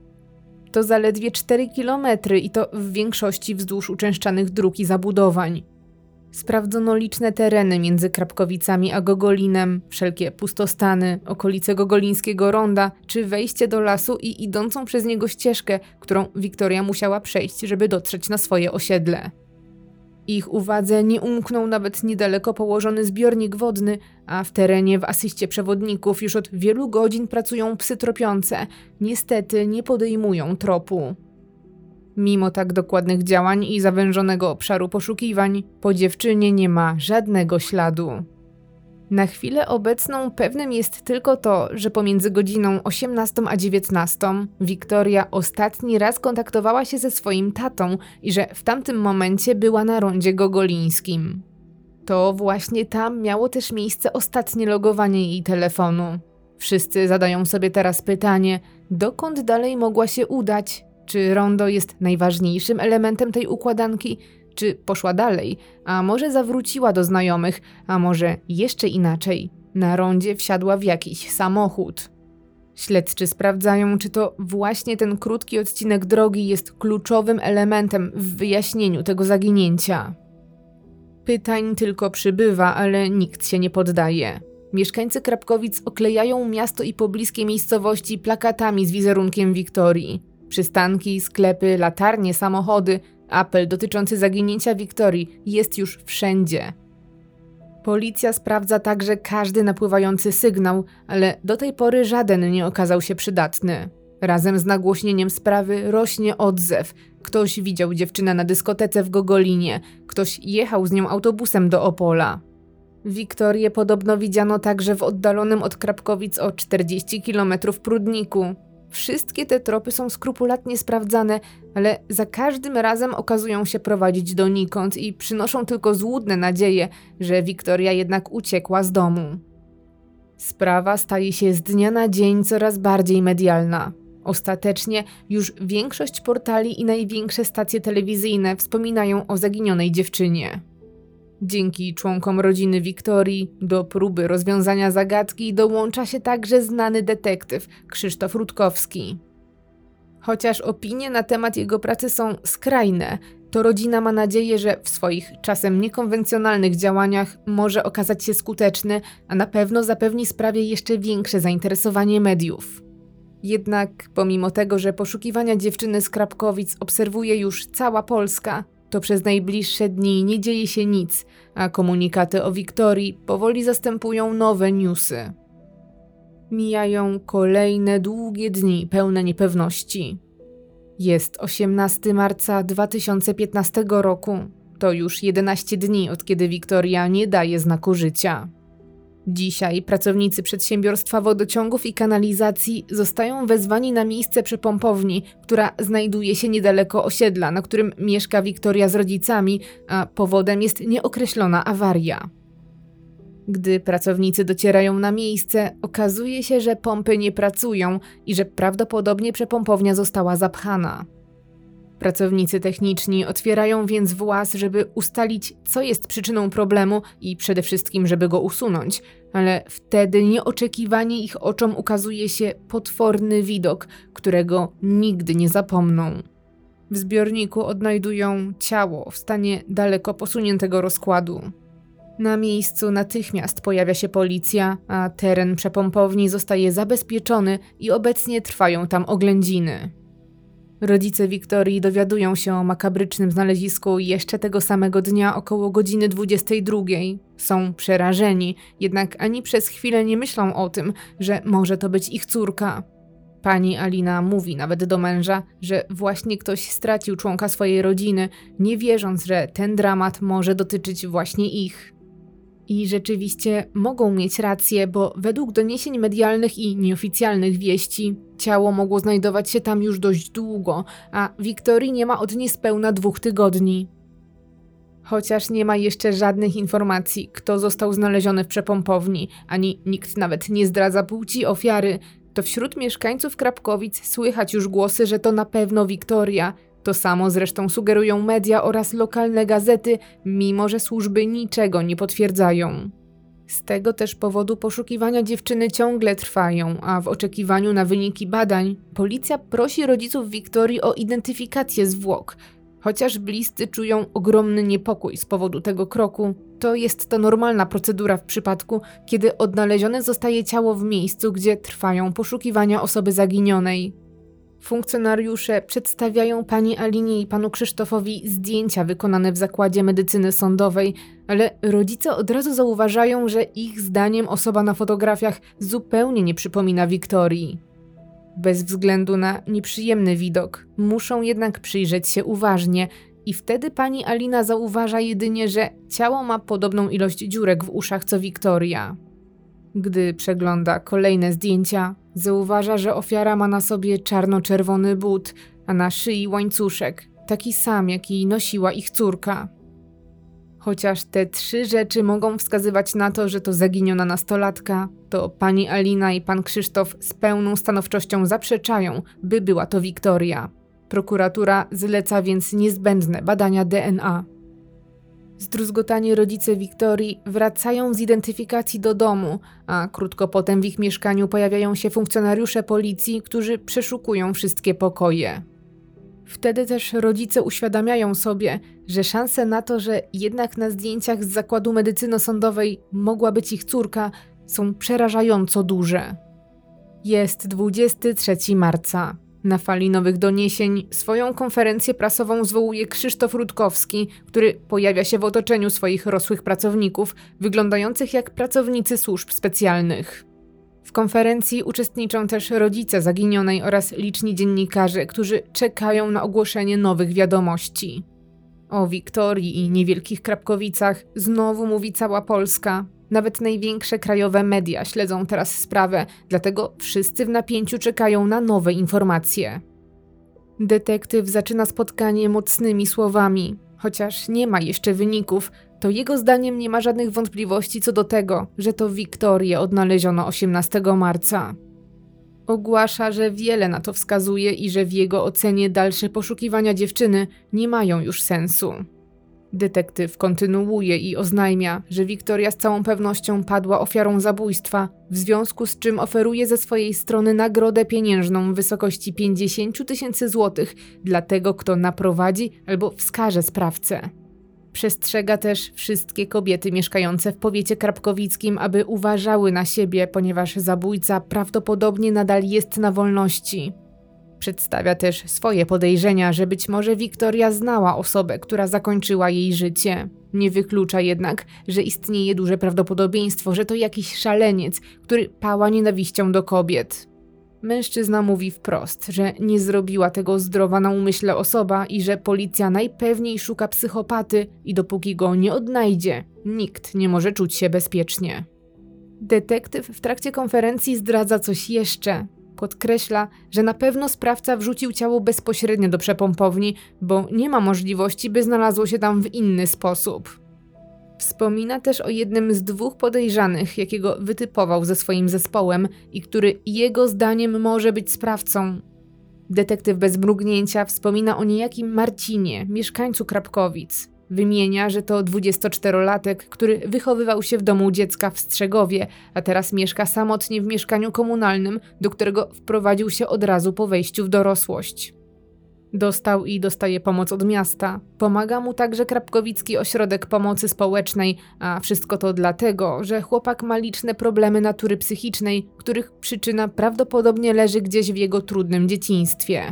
To zaledwie 4 kilometry i to w większości wzdłuż uczęszczanych dróg i zabudowań. Sprawdzono liczne tereny między Krapkowicami a Gogolinem, wszelkie pustostany, okolice Gogolińskiego Ronda czy wejście do lasu i idącą przez niego ścieżkę, którą Wiktoria musiała przejść, żeby dotrzeć na swoje osiedle. Ich uwadze nie umknął nawet niedaleko położony zbiornik wodny, a w terenie w asyście przewodników już od wielu godzin pracują psy tropiące. Niestety nie podejmują tropu. Mimo tak dokładnych działań i zawężonego obszaru poszukiwań, po dziewczynie nie ma żadnego śladu. Na chwilę obecną pewnym jest tylko to, że pomiędzy godziną 18 a 19 Wiktoria ostatni raz kontaktowała się ze swoim tatą i że w tamtym momencie była na rondzie gogolińskim. To właśnie tam miało też miejsce ostatnie logowanie jej telefonu. Wszyscy zadają sobie teraz pytanie, dokąd dalej mogła się udać? Czy rondo jest najważniejszym elementem tej układanki? Czy poszła dalej? A może zawróciła do znajomych? A może jeszcze inaczej? Na rondzie wsiadła w jakiś samochód. Śledczy sprawdzają, czy to właśnie ten krótki odcinek drogi jest kluczowym elementem w wyjaśnieniu tego zaginięcia. Pytań tylko przybywa, ale nikt się nie poddaje. Mieszkańcy Krapkowic oklejają miasto i pobliskie miejscowości plakatami z wizerunkiem Wiktorii. Przystanki, sklepy, latarnie, samochody. Apel dotyczący zaginięcia Wiktorii jest już wszędzie. Policja sprawdza także każdy napływający sygnał, ale do tej pory żaden nie okazał się przydatny. Razem z nagłośnieniem sprawy rośnie odzew. Ktoś widział dziewczynę na dyskotece w Gogolinie, ktoś jechał z nią autobusem do Opola. Wiktorię podobno widziano także w oddalonym od Krapkowic o 40 km Prudniku. Wszystkie te tropy są skrupulatnie sprawdzane, ale za każdym razem okazują się prowadzić donikąd i przynoszą tylko złudne nadzieje, że Wiktoria jednak uciekła z domu. Sprawa staje się z dnia na dzień coraz bardziej medialna. Ostatecznie już większość portali i największe stacje telewizyjne wspominają o zaginionej dziewczynie. Dzięki członkom rodziny Wiktorii do próby rozwiązania zagadki dołącza się także znany detektyw Krzysztof Rutkowski. Chociaż opinie na temat jego pracy są skrajne, to rodzina ma nadzieję, że w swoich czasem niekonwencjonalnych działaniach może okazać się skuteczny, a na pewno zapewni sprawie jeszcze większe zainteresowanie mediów. Jednak pomimo tego, że poszukiwania dziewczyny z Krapkowic obserwuje już cała Polska, to przez najbliższe dni nie dzieje się nic, a komunikaty o Wiktorii powoli zastępują nowe newsy. Mijają kolejne długie dni pełne niepewności. Jest 18 marca 2015 roku. To już 11 dni, od kiedy Wiktoria nie daje znaku życia. Dzisiaj pracownicy przedsiębiorstwa wodociągów i kanalizacji zostają wezwani na miejsce przepompowni, która znajduje się niedaleko osiedla, na którym mieszka Wiktoria z rodzicami, a powodem jest nieokreślona awaria. Gdy pracownicy docierają na miejsce, okazuje się, że pompy nie pracują i że prawdopodobnie przepompownia została zapchana. Pracownicy techniczni otwierają więc włas, żeby ustalić, co jest przyczyną problemu i przede wszystkim, żeby go usunąć, ale wtedy nieoczekiwanie ich oczom ukazuje się potworny widok, którego nigdy nie zapomną. W zbiorniku odnajdują ciało w stanie daleko posuniętego rozkładu. Na miejscu natychmiast pojawia się policja, a teren przepompowni zostaje zabezpieczony i obecnie trwają tam oględziny. Rodzice Wiktorii dowiadują się o makabrycznym znalezisku jeszcze tego samego dnia około godziny 22. Są przerażeni, jednak ani przez chwilę nie myślą o tym, że może to być ich córka. Pani Alina mówi nawet do męża, że właśnie ktoś stracił członka swojej rodziny, nie wierząc, że ten dramat może dotyczyć właśnie ich. I rzeczywiście mogą mieć rację, bo według doniesień medialnych i nieoficjalnych wieści ciało mogło znajdować się tam już dość długo, a Wiktorii nie ma od niespełna 2 tygodni. Chociaż nie ma jeszcze żadnych informacji, kto został znaleziony w przepompowni, ani nikt nawet nie zdradza płci ofiary, to wśród mieszkańców Krapkowic słychać już głosy, że to na pewno Wiktoria. To samo zresztą sugerują media oraz lokalne gazety, mimo że służby niczego nie potwierdzają. Z tego też powodu poszukiwania dziewczyny ciągle trwają, a w oczekiwaniu na wyniki badań policja prosi rodziców Wiktorii o identyfikację zwłok. Chociaż bliscy czują ogromny niepokój z powodu tego kroku, to jest to normalna procedura w przypadku, kiedy odnalezione zostaje ciało w miejscu, gdzie trwają poszukiwania osoby zaginionej. Funkcjonariusze przedstawiają pani Alinie i panu Krzysztofowi zdjęcia wykonane w Zakładzie Medycyny Sądowej, ale rodzice od razu zauważają, że ich zdaniem osoba na fotografiach zupełnie nie przypomina Wiktorii. Bez względu na nieprzyjemny widok, muszą jednak przyjrzeć się uważnie i wtedy pani Alina zauważa jedynie, że ciało ma podobną ilość dziurek w uszach co Wiktoria. Gdy przegląda kolejne zdjęcia, zauważa, że ofiara ma na sobie czarno-czerwony but, a na szyi łańcuszek, taki sam, jaki nosiła ich córka. Chociaż te 3 rzeczy mogą wskazywać na to, że to zaginiona nastolatka, to pani Alina i pan Krzysztof z pełną stanowczością zaprzeczają, by była to Wiktoria. Prokuratura zleca więc niezbędne badania DNA. Zdruzgotani rodzice Wiktorii wracają z identyfikacji do domu, a krótko potem w ich mieszkaniu pojawiają się funkcjonariusze policji, którzy przeszukują wszystkie pokoje. Wtedy też rodzice uświadamiają sobie, że szanse na to, że jednak na zdjęciach z Zakładu Medycyny Sądowej mogła być ich córka, są przerażająco duże. Jest 23 marca. Na fali nowych doniesień swoją konferencję prasową zwołuje Krzysztof Rutkowski, który pojawia się w otoczeniu swoich rosłych pracowników, wyglądających jak pracownicy służb specjalnych. W konferencji uczestniczą też rodzice zaginionej oraz liczni dziennikarze, którzy czekają na ogłoszenie nowych wiadomości. O Wiktorii i niewielkich Krapkowicach znowu mówi cała Polska. Nawet największe krajowe media śledzą teraz sprawę, dlatego wszyscy w napięciu czekają na nowe informacje. Detektyw zaczyna spotkanie mocnymi słowami. Chociaż nie ma jeszcze wyników, to jego zdaniem nie ma żadnych wątpliwości co do tego, że to Wiktorię odnaleziono 18 marca. Ogłasza, że wiele na to wskazuje i że w jego ocenie dalsze poszukiwania dziewczyny nie mają już sensu. Detektyw kontynuuje i oznajmia, że Wiktoria z całą pewnością padła ofiarą zabójstwa, w związku z czym oferuje ze swojej strony nagrodę pieniężną w wysokości 50 000 złotych dla tego, kto naprowadzi albo wskaże sprawcę. Przestrzega też wszystkie kobiety mieszkające w powiecie krapkowickim, aby uważały na siebie, ponieważ zabójca prawdopodobnie nadal jest na wolności. Przedstawia też swoje podejrzenia, że być może Wiktoria znała osobę, która zakończyła jej życie. Nie wyklucza jednak, że istnieje duże prawdopodobieństwo, że to jakiś szaleniec, który pała nienawiścią do kobiet. Mężczyzna mówi wprost, że nie zrobiła tego zdrowa na umyśle osoba i że policja najpewniej szuka psychopaty i dopóki go nie odnajdzie, nikt nie może czuć się bezpiecznie. Detektyw w trakcie konferencji zdradza coś jeszcze. Podkreśla, że na pewno sprawca wrzucił ciało bezpośrednio do przepompowni, bo nie ma możliwości, by znalazło się tam w inny sposób. Wspomina też o jednym z 2 podejrzanych, jakiego wytypował ze swoim zespołem i który jego zdaniem może być sprawcą. Detektyw bez mrugnięcia wspomina o niejakim Marcinie, mieszkańcu Krapkowic. Wymienia, że to 24-latek, który wychowywał się w domu dziecka w Strzegowie, a teraz mieszka samotnie w mieszkaniu komunalnym, do którego wprowadził się od razu po wejściu w dorosłość. Dostał i dostaje pomoc od miasta. Pomaga mu także Krapkowicki Ośrodek Pomocy Społecznej, a wszystko to dlatego, że chłopak ma liczne problemy natury psychicznej, których przyczyna prawdopodobnie leży gdzieś w jego trudnym dzieciństwie.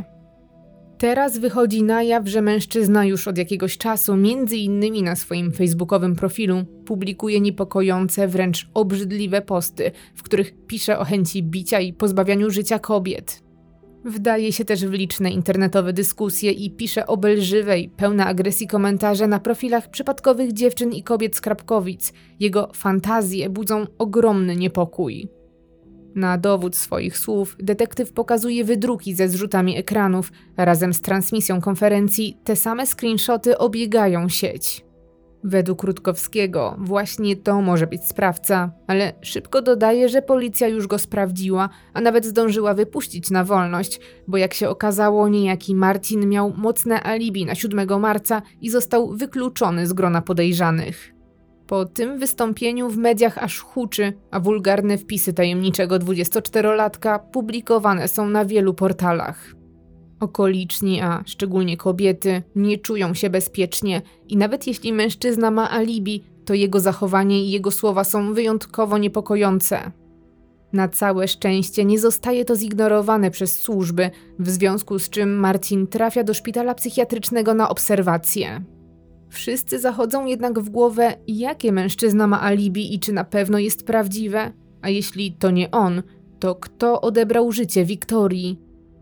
Teraz wychodzi na jaw, że mężczyzna już od jakiegoś czasu, między innymi na swoim facebookowym profilu, publikuje niepokojące, wręcz obrzydliwe posty, w których pisze o chęci bicia i pozbawianiu życia kobiet. Wdaje się też w liczne internetowe dyskusje i pisze obelżywe i pełne agresji komentarze na profilach przypadkowych dziewczyn i kobiet z Krapkowic. Jego fantazje budzą ogromny niepokój. Na dowód swoich słów detektyw pokazuje wydruki ze zrzutami ekranów. Razem z transmisją konferencji te same screenshoty obiegają sieć. Według Rutkowskiego właśnie to może być sprawca, ale szybko dodaje, że policja już go sprawdziła, a nawet zdążyła wypuścić na wolność, bo jak się okazało, niejaki Marcin miał mocne alibi na 7 marca i został wykluczony z grona podejrzanych. Po tym wystąpieniu w mediach aż huczy, a wulgarne wpisy tajemniczego 24-latka publikowane są na wielu portalach. Okoliczni, a szczególnie kobiety, nie czują się bezpiecznie i nawet jeśli mężczyzna ma alibi, to jego zachowanie i jego słowa są wyjątkowo niepokojące. Na całe szczęście nie zostaje to zignorowane przez służby, w związku z czym Marcin trafia do szpitala psychiatrycznego na obserwację. Wszyscy zachodzą jednak w głowę, jakie mężczyzna ma alibi i czy na pewno jest prawdziwe, a jeśli to nie on, to kto odebrał życie Wiktorii?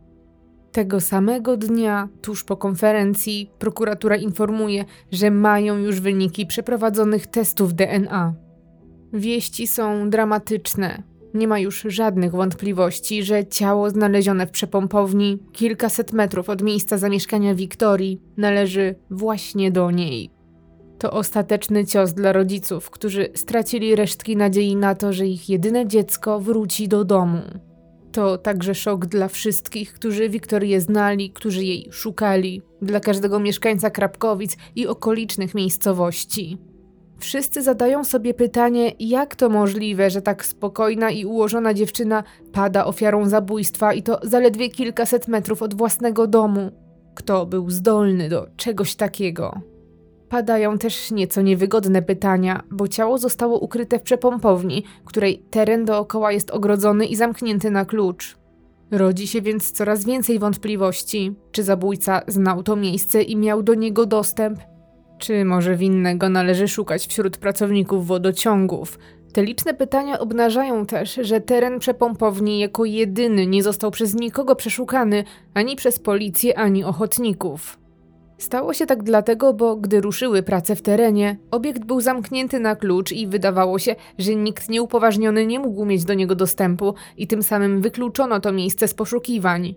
Tego samego dnia, tuż po konferencji, prokuratura informuje, że mają już wyniki przeprowadzonych testów DNA. Wieści są dramatyczne. Nie ma już żadnych wątpliwości, że ciało znalezione w przepompowni, kilkaset metrów od miejsca zamieszkania Wiktorii, należy właśnie do niej. To ostateczny cios dla rodziców, którzy stracili resztki nadziei na to, że ich jedyne dziecko wróci do domu. To także szok dla wszystkich, którzy Wiktorię znali, którzy jej szukali, dla każdego mieszkańca Krapkowic i okolicznych miejscowości. Wszyscy zadają sobie pytanie, jak to możliwe, że tak spokojna i ułożona dziewczyna pada ofiarą zabójstwa i to zaledwie kilkaset metrów od własnego domu. Kto był zdolny do czegoś takiego? Padają też nieco niewygodne pytania, bo ciało zostało ukryte w przepompowni, której teren dookoła jest ogrodzony i zamknięty na klucz. Rodzi się więc coraz więcej wątpliwości, czy zabójca znał to miejsce i miał do niego dostęp, czy może winnego należy szukać wśród pracowników wodociągów. Te liczne pytania obnażają też, że teren przepompowni jako jedyny nie został przez nikogo przeszukany, ani przez policję, ani ochotników. Stało się tak dlatego, bo gdy ruszyły prace w terenie, obiekt był zamknięty na klucz i wydawało się, że nikt nieupoważniony nie mógł mieć do niego dostępu i tym samym wykluczono to miejsce z poszukiwań.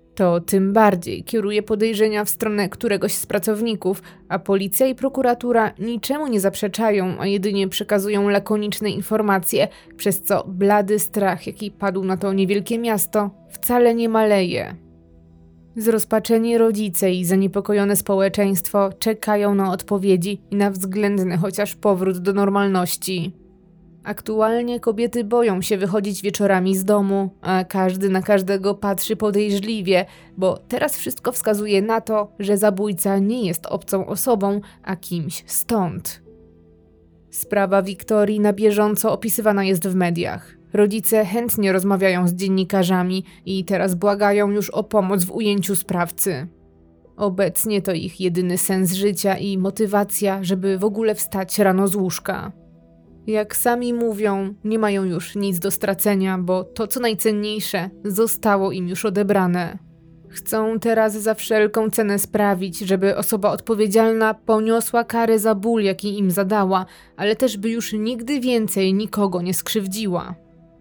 To tym bardziej kieruje podejrzenia w stronę któregoś z pracowników, a policja i prokuratura niczemu nie zaprzeczają, a jedynie przekazują lakoniczne informacje, przez co blady strach, jaki padł na to niewielkie miasto, wcale nie maleje. Zrozpaczeni rodzice i zaniepokojone społeczeństwo czekają na odpowiedzi i na względny chociaż powrót do normalności. Aktualnie kobiety boją się wychodzić wieczorami z domu, a każdy na każdego patrzy podejrzliwie, bo teraz wszystko wskazuje na to, że zabójca nie jest obcą osobą, a kimś stąd. Sprawa Wiktorii na bieżąco opisywana jest w mediach. Rodzice chętnie rozmawiają z dziennikarzami i teraz błagają już o pomoc w ujęciu sprawcy. Obecnie to ich jedyny sens życia i motywacja, żeby w ogóle wstać rano z łóżka. Jak sami mówią, nie mają już nic do stracenia, bo to, co najcenniejsze, zostało im już odebrane. Chcą teraz za wszelką cenę sprawić, żeby osoba odpowiedzialna poniosła karę za ból, jaki im zadała, ale też by już nigdy więcej nikogo nie skrzywdziła.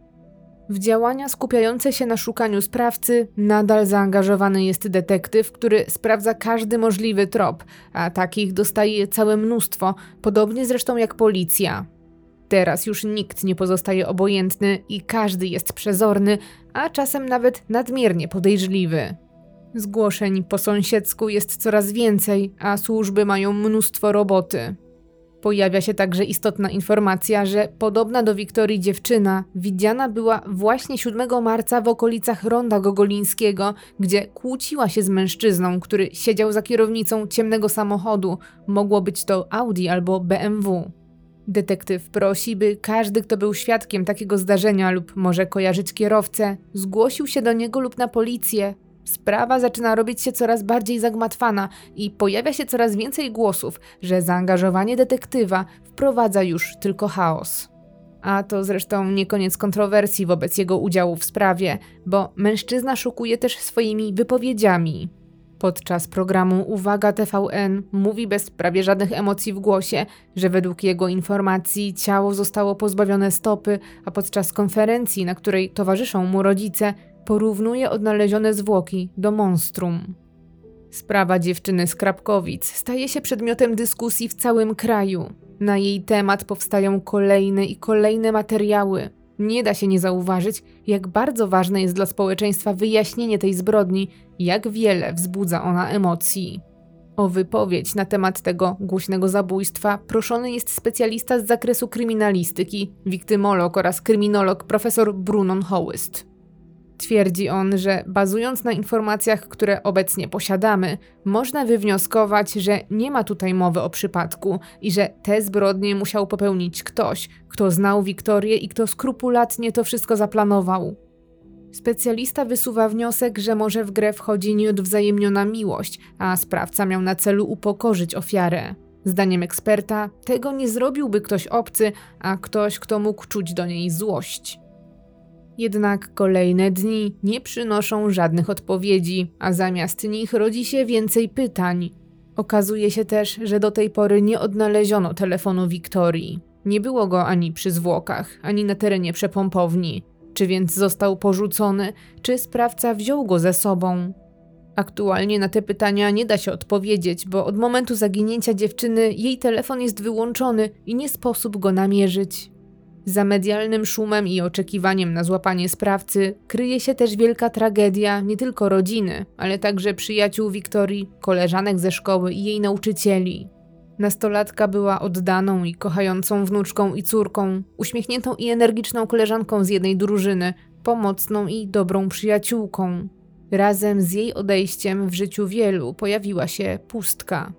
W działania skupiające się na szukaniu sprawcy nadal zaangażowany jest detektyw, który sprawdza każdy możliwy trop, a takich dostaje całe mnóstwo, podobnie zresztą jak policja. Teraz już nikt nie pozostaje obojętny i każdy jest przezorny, a czasem nawet nadmiernie podejrzliwy. Zgłoszeń po sąsiedzku jest coraz więcej, a służby mają mnóstwo roboty. Pojawia się także istotna informacja, że podobna do Wiktorii dziewczyna widziana była właśnie 7 marca w okolicach Ronda Gogolińskiego, gdzie kłóciła się z mężczyzną, który siedział za kierownicą ciemnego samochodu. Mogło być to Audi albo BMW. Detektyw prosi, by każdy, kto był świadkiem takiego zdarzenia lub może kojarzyć kierowcę, zgłosił się do niego lub na policję. Sprawa zaczyna robić się coraz bardziej zagmatwana i pojawia się coraz więcej głosów, że zaangażowanie detektywa wprowadza już tylko chaos. A to zresztą nie koniec kontrowersji wobec jego udziału w sprawie, bo mężczyzna szokuje też swoimi wypowiedziami. Podczas programu Uwaga TVN mówi bez prawie żadnych emocji w głosie, że według jego informacji ciało zostało pozbawione stopy, a podczas konferencji, na której towarzyszą mu rodzice, porównuje odnalezione zwłoki do monstrum. Sprawa dziewczyny z Krapkowic staje się przedmiotem dyskusji w całym kraju. Na jej temat powstają kolejne i kolejne materiały. Nie da się nie zauważyć, jak bardzo ważne jest dla społeczeństwa wyjaśnienie tej zbrodni, jak wiele wzbudza ona emocji. O wypowiedź na temat tego głośnego zabójstwa proszony jest specjalista z zakresu kryminalistyki, wiktymolog oraz kryminolog profesor Brunon Hołyst. Twierdzi on, że bazując na informacjach, które obecnie posiadamy, można wywnioskować, że nie ma tutaj mowy o przypadku i że te zbrodnie musiał popełnić ktoś, kto znał Wiktorię i kto skrupulatnie to wszystko zaplanował. Specjalista wysuwa wniosek, że może w grę wchodzi nieodwzajemniona miłość, a sprawca miał na celu upokorzyć ofiarę. Zdaniem eksperta, tego nie zrobiłby ktoś obcy, a ktoś, kto mógł czuć do niej złość. Jednak kolejne dni nie przynoszą żadnych odpowiedzi, a zamiast nich rodzi się więcej pytań. Okazuje się też, że do tej pory nie odnaleziono telefonu Wiktorii. Nie było go ani przy zwłokach, ani na terenie przepompowni. Czy więc został porzucony, czy sprawca wziął go ze sobą? Aktualnie na te pytania nie da się odpowiedzieć, bo od momentu zaginięcia dziewczyny jej telefon jest wyłączony i nie sposób go namierzyć. Za medialnym szumem i oczekiwaniem na złapanie sprawcy kryje się też wielka tragedia nie tylko rodziny, ale także przyjaciół Wiktorii, koleżanek ze szkoły i jej nauczycieli. Nastolatka była oddaną i kochającą wnuczką i córką, uśmiechniętą i energiczną koleżanką z jednej drużyny, pomocną i dobrą przyjaciółką. Razem z jej odejściem w życiu wielu pojawiła się pustka.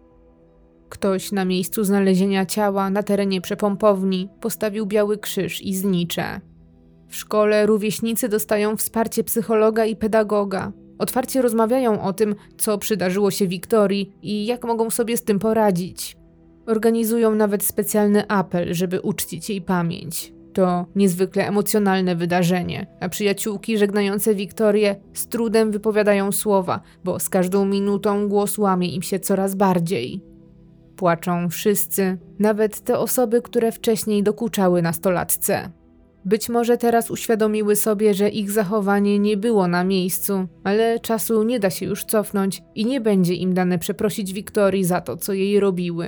Ktoś na miejscu znalezienia ciała na terenie przepompowni postawił biały krzyż i znicze. W szkole rówieśnicy dostają wsparcie psychologa i pedagoga. Otwarcie rozmawiają o tym, co przydarzyło się Wiktorii i jak mogą sobie z tym poradzić. Organizują nawet specjalny apel, żeby uczcić jej pamięć. To niezwykle emocjonalne wydarzenie, a przyjaciółki żegnające Wiktorię z trudem wypowiadają słowa, bo z każdą minutą głos łamie im się coraz bardziej. Płaczą wszyscy, nawet te osoby, które wcześniej dokuczały nastolatce. Być może teraz uświadomiły sobie, że ich zachowanie nie było na miejscu, ale czasu nie da się już cofnąć i nie będzie im dane przeprosić Wiktorii za to, co jej robiły.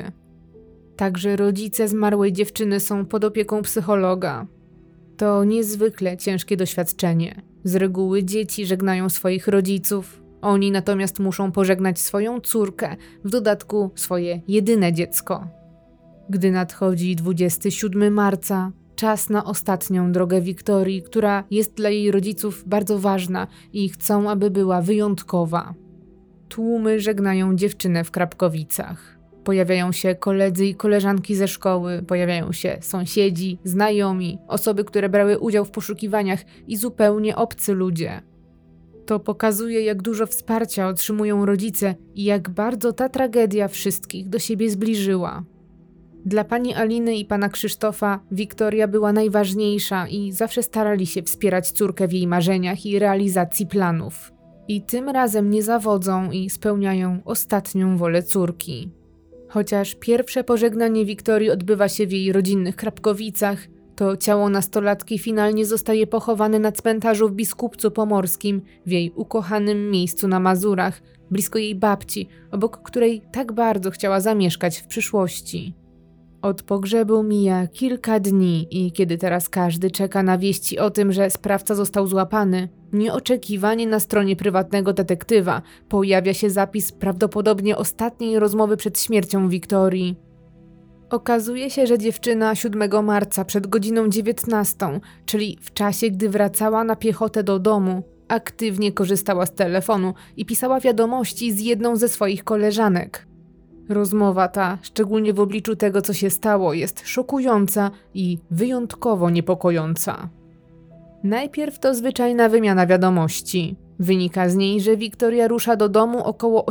Także rodzice zmarłej dziewczyny są pod opieką psychologa. To niezwykle ciężkie doświadczenie. Z reguły dzieci żegnają swoich rodziców, oni natomiast muszą pożegnać swoją córkę, w dodatku swoje jedyne dziecko. Gdy nadchodzi 27 marca, czas na ostatnią drogę Wiktorii, która jest dla jej rodziców bardzo ważna i chcą, aby była wyjątkowa. Tłumy żegnają dziewczynę w Krapkowicach. Pojawiają się koledzy i koleżanki ze szkoły, pojawiają się sąsiedzi, znajomi, osoby, które brały udział w poszukiwaniach i zupełnie obcy ludzie. To pokazuje, jak dużo wsparcia otrzymują rodzice i jak bardzo ta tragedia wszystkich do siebie zbliżyła. Dla pani Aliny i pana Krzysztofa Wiktoria była najważniejsza i zawsze starali się wspierać córkę w jej marzeniach i realizacji planów. I tym razem nie zawodzą i spełniają ostatnią wolę córki. Chociaż pierwsze pożegnanie Wiktorii odbywa się w jej rodzinnych Krapkowicach, to ciało nastolatki finalnie zostaje pochowane na cmentarzu w Biskupcu Pomorskim, w jej ukochanym miejscu na Mazurach, blisko jej babci, obok której tak bardzo chciała zamieszkać w przyszłości. Od pogrzebu mija kilka dni i kiedy teraz każdy czeka na wieści o tym, że sprawca został złapany, nieoczekiwanie na stronie prywatnego detektywa pojawia się zapis prawdopodobnie ostatniej rozmowy przed śmiercią Wiktorii. Okazuje się, że dziewczyna 7 marca przed godziną 19, czyli w czasie, gdy wracała na piechotę do domu, aktywnie korzystała z telefonu i pisała wiadomości z jedną ze swoich koleżanek. Rozmowa ta, szczególnie w obliczu tego, co się stało, jest szokująca i wyjątkowo niepokojąca. Najpierw to zwyczajna wymiana wiadomości. Wynika z niej, że Wiktoria rusza do domu około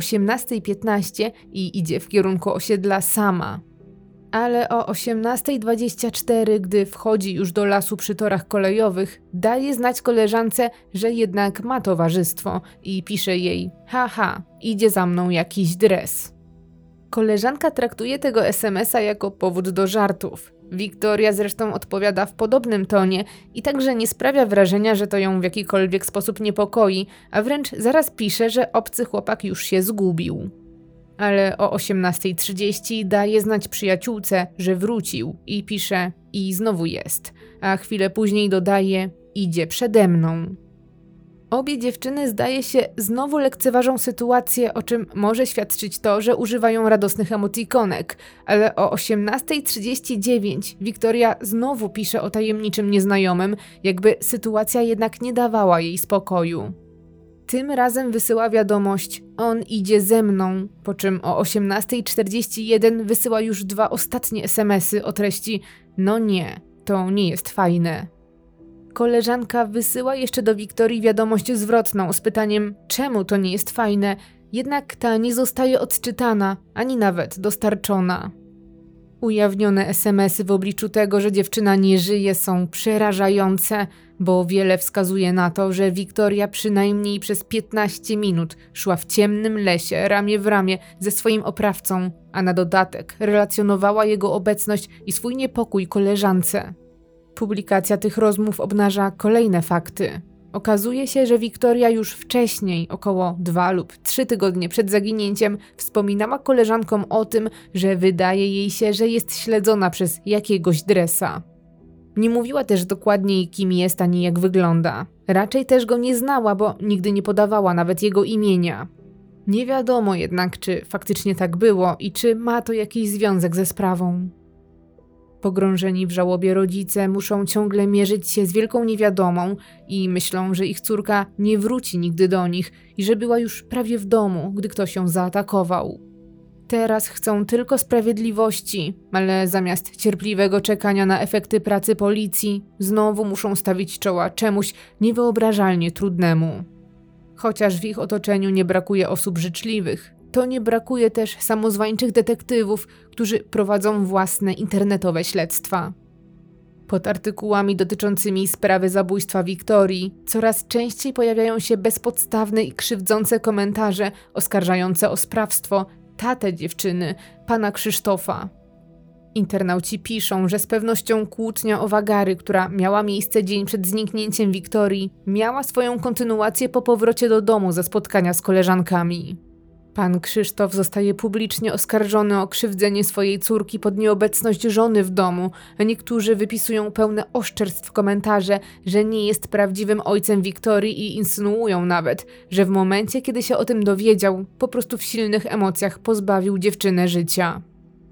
18:15 i idzie w kierunku osiedla sama. Ale o 18:24, gdy wchodzi już do lasu przy torach kolejowych, daje znać koleżance, że jednak ma towarzystwo i pisze jej: haha, idzie za mną jakiś dres. Koleżanka traktuje tego SMS-a jako powód do żartów. Wiktoria zresztą odpowiada w podobnym tonie i także nie sprawia wrażenia, że to ją w jakikolwiek sposób niepokoi, a wręcz zaraz pisze, że obcy chłopak już się zgubił. Ale o 18:30 daje znać przyjaciółce, że wrócił i pisze: i znowu jest, a chwilę później dodaje: idzie przede mną. Obie dziewczyny, zdaje się, znowu lekceważą sytuację, o czym może świadczyć to, że używają radosnych emotikonek, ale o 18:39 Wiktoria znowu pisze o tajemniczym nieznajomym, jakby sytuacja jednak nie dawała jej spokoju. Tym razem wysyła wiadomość: on idzie ze mną, po czym o 18:41 wysyła już 2 ostatnie SMS-y o treści: no nie, to nie jest fajne. Koleżanka wysyła jeszcze do Wiktorii wiadomość zwrotną z pytaniem, czemu to nie jest fajne, jednak ta nie zostaje odczytana, ani nawet dostarczona. Ujawnione SMS-y w obliczu tego, że dziewczyna nie żyje, są przerażające, bo wiele wskazuje na to, że Wiktoria przynajmniej przez 15 minut szła w ciemnym lesie ramię w ramię ze swoim oprawcą, a na dodatek relacjonowała jego obecność i swój niepokój koleżance. Publikacja tych rozmów obnaża kolejne fakty. Okazuje się, że Wiktoria już wcześniej, około 2 lub 3 tygodnie przed zaginięciem, wspominała koleżankom o tym, że wydaje jej się, że jest śledzona przez jakiegoś dresa. Nie mówiła też dokładniej, kim jest ani jak wygląda. Raczej też go nie znała, bo nigdy nie podawała nawet jego imienia. Nie wiadomo jednak, czy faktycznie tak było i czy ma to jakiś związek ze sprawą. Pogrążeni w żałobie rodzice muszą ciągle mierzyć się z wielką niewiadomą i myślą, że ich córka nie wróci nigdy do nich i że była już prawie w domu, gdy ktoś ją zaatakował. Teraz chcą tylko sprawiedliwości, ale zamiast cierpliwego czekania na efekty pracy policji, znowu muszą stawić czoła czemuś niewyobrażalnie trudnemu. Chociaż w ich otoczeniu nie brakuje osób życzliwych, to nie brakuje też samozwańczych detektywów, którzy prowadzą własne internetowe śledztwa. Pod artykułami dotyczącymi sprawy zabójstwa Wiktorii coraz częściej pojawiają się bezpodstawne i krzywdzące komentarze oskarżające o sprawstwo tatę dziewczyny, pana Krzysztofa. Internauci piszą, że z pewnością kłótnia o wagary, która miała miejsce dzień przed zniknięciem Wiktorii, miała swoją kontynuację po powrocie do domu ze spotkania z koleżankami. Pan Krzysztof zostaje publicznie oskarżony o krzywdzenie swojej córki pod nieobecność żony w domu, a niektórzy wypisują pełne oszczerstw komentarze, że nie jest prawdziwym ojcem Wiktorii i insynuują nawet, że w momencie, kiedy się o tym dowiedział, po prostu w silnych emocjach pozbawił dziewczynę życia.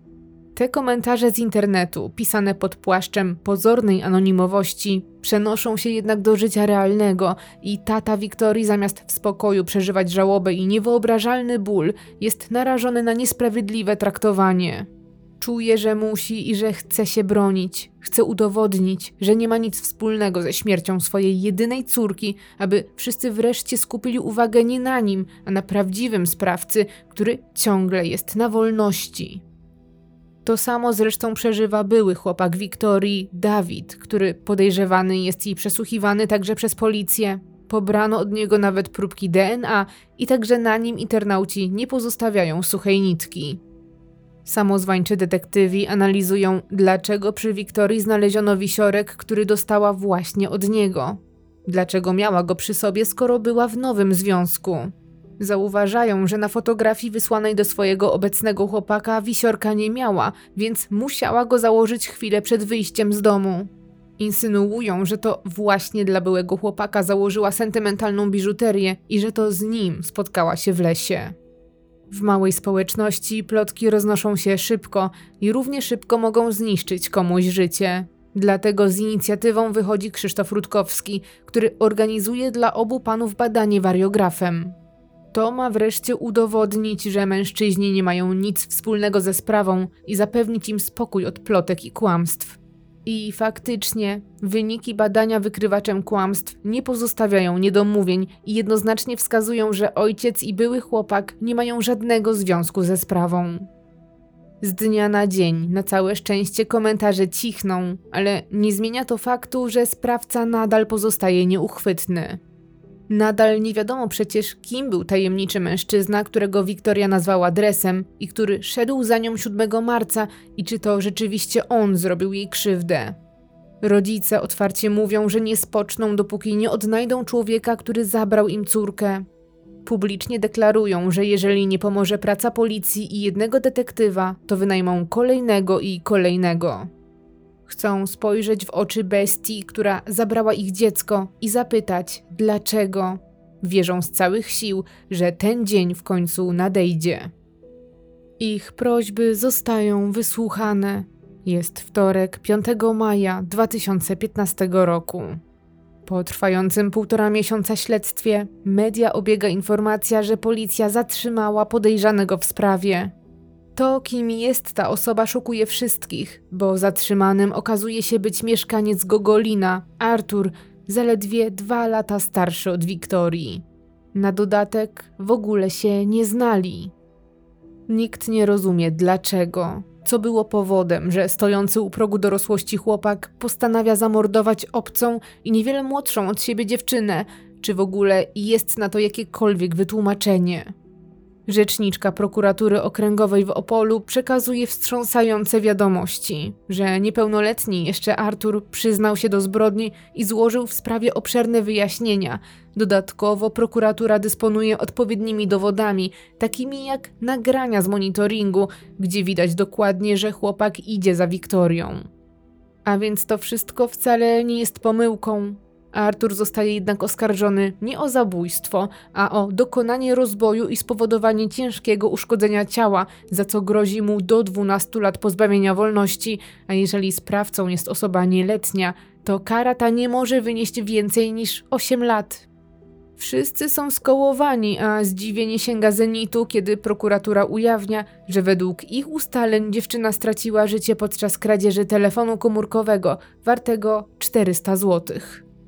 Te komentarze z internetu, pisane pod płaszczem pozornej anonimowości, przenoszą się jednak do życia realnego i tata Wiktorii zamiast w spokoju przeżywać żałobę i niewyobrażalny ból, jest narażony na niesprawiedliwe traktowanie. Czuje, że musi i że chce się bronić, chce udowodnić, że nie ma nic wspólnego ze śmiercią swojej jedynej córki, aby wszyscy wreszcie skupili uwagę nie na nim, a na prawdziwym sprawcy, który ciągle jest na wolności. To samo zresztą przeżywa były chłopak Wiktorii, Dawid, który podejrzewany jest i przesłuchiwany także przez policję. Pobrano od niego nawet próbki DNA i także na nim internauci nie pozostawiają suchej nitki. Samozwańczy detektywi analizują, dlaczego przy Wiktorii znaleziono wisiorek, który dostała właśnie od niego. Dlaczego miała go przy sobie, skoro była w nowym związku? Zauważają, że na fotografii wysłanej do swojego obecnego chłopaka wisiorka nie miała, więc musiała go założyć chwilę przed wyjściem z domu. Insynuują, że to właśnie dla byłego chłopaka założyła sentymentalną biżuterię i że to z nim spotkała się w lesie. W małej społeczności plotki roznoszą się szybko i równie szybko mogą zniszczyć komuś życie. Dlatego z inicjatywą wychodzi Krzysztof Rutkowski, który organizuje dla obu panów badanie wariografem. To ma wreszcie udowodnić, że mężczyźni nie mają nic wspólnego ze sprawą i zapewnić im spokój od plotek i kłamstw. I faktycznie, wyniki badania wykrywaczem kłamstw nie pozostawiają niedomówień i jednoznacznie wskazują, że ojciec i były chłopak nie mają żadnego związku ze sprawą. Z dnia na dzień, na całe szczęście, komentarze cichną, ale nie zmienia to faktu, że sprawca nadal pozostaje nieuchwytny. Nadal nie wiadomo przecież, kim był tajemniczy mężczyzna, którego Wiktoria nazwała Dresem i który szedł za nią 7 marca i czy to rzeczywiście on zrobił jej krzywdę. Rodzice otwarcie mówią, że nie spoczną, dopóki nie odnajdą człowieka, który zabrał im córkę. Publicznie deklarują, że jeżeli nie pomoże praca policji i jednego detektywa, to wynajmą kolejnego i kolejnego. Chcą spojrzeć w oczy bestii, która zabrała ich dziecko i zapytać, dlaczego. Wierzą z całych sił, że ten dzień w końcu nadejdzie. Ich prośby zostają wysłuchane. Jest wtorek, 5 maja 2015 roku. Po trwającym 1,5 miesiąca śledztwie media obiega informacja, że policja zatrzymała podejrzanego w sprawie. To, kim jest ta osoba, szokuje wszystkich, bo zatrzymanym okazuje się być mieszkaniec Gogolina, Artur, zaledwie 2 lata starszy od Wiktorii. Na dodatek w ogóle się nie znali. Nikt nie rozumie dlaczego, co było powodem, że stojący u progu dorosłości chłopak postanawia zamordować obcą i niewiele młodszą od siebie dziewczynę, czy w ogóle jest na to jakiekolwiek wytłumaczenie. Rzeczniczka prokuratury okręgowej w Opolu przekazuje wstrząsające wiadomości, że niepełnoletni jeszcze Artur przyznał się do zbrodni i złożył w sprawie obszerne wyjaśnienia. Dodatkowo prokuratura dysponuje odpowiednimi dowodami, takimi jak nagrania z monitoringu, gdzie widać dokładnie, że chłopak idzie za Wiktorią. A więc to wszystko wcale nie jest pomyłką. Artur zostaje jednak oskarżony nie o zabójstwo, a o dokonanie rozboju i spowodowanie ciężkiego uszkodzenia ciała, za co grozi mu do 12 lat pozbawienia wolności, a jeżeli sprawcą jest osoba nieletnia, to kara ta nie może wynieść więcej niż 8 lat. Wszyscy są skołowani, a zdziwienie sięga zenitu, kiedy prokuratura ujawnia, że według ich ustaleń dziewczyna straciła życie podczas kradzieży telefonu komórkowego wartego 400 zł.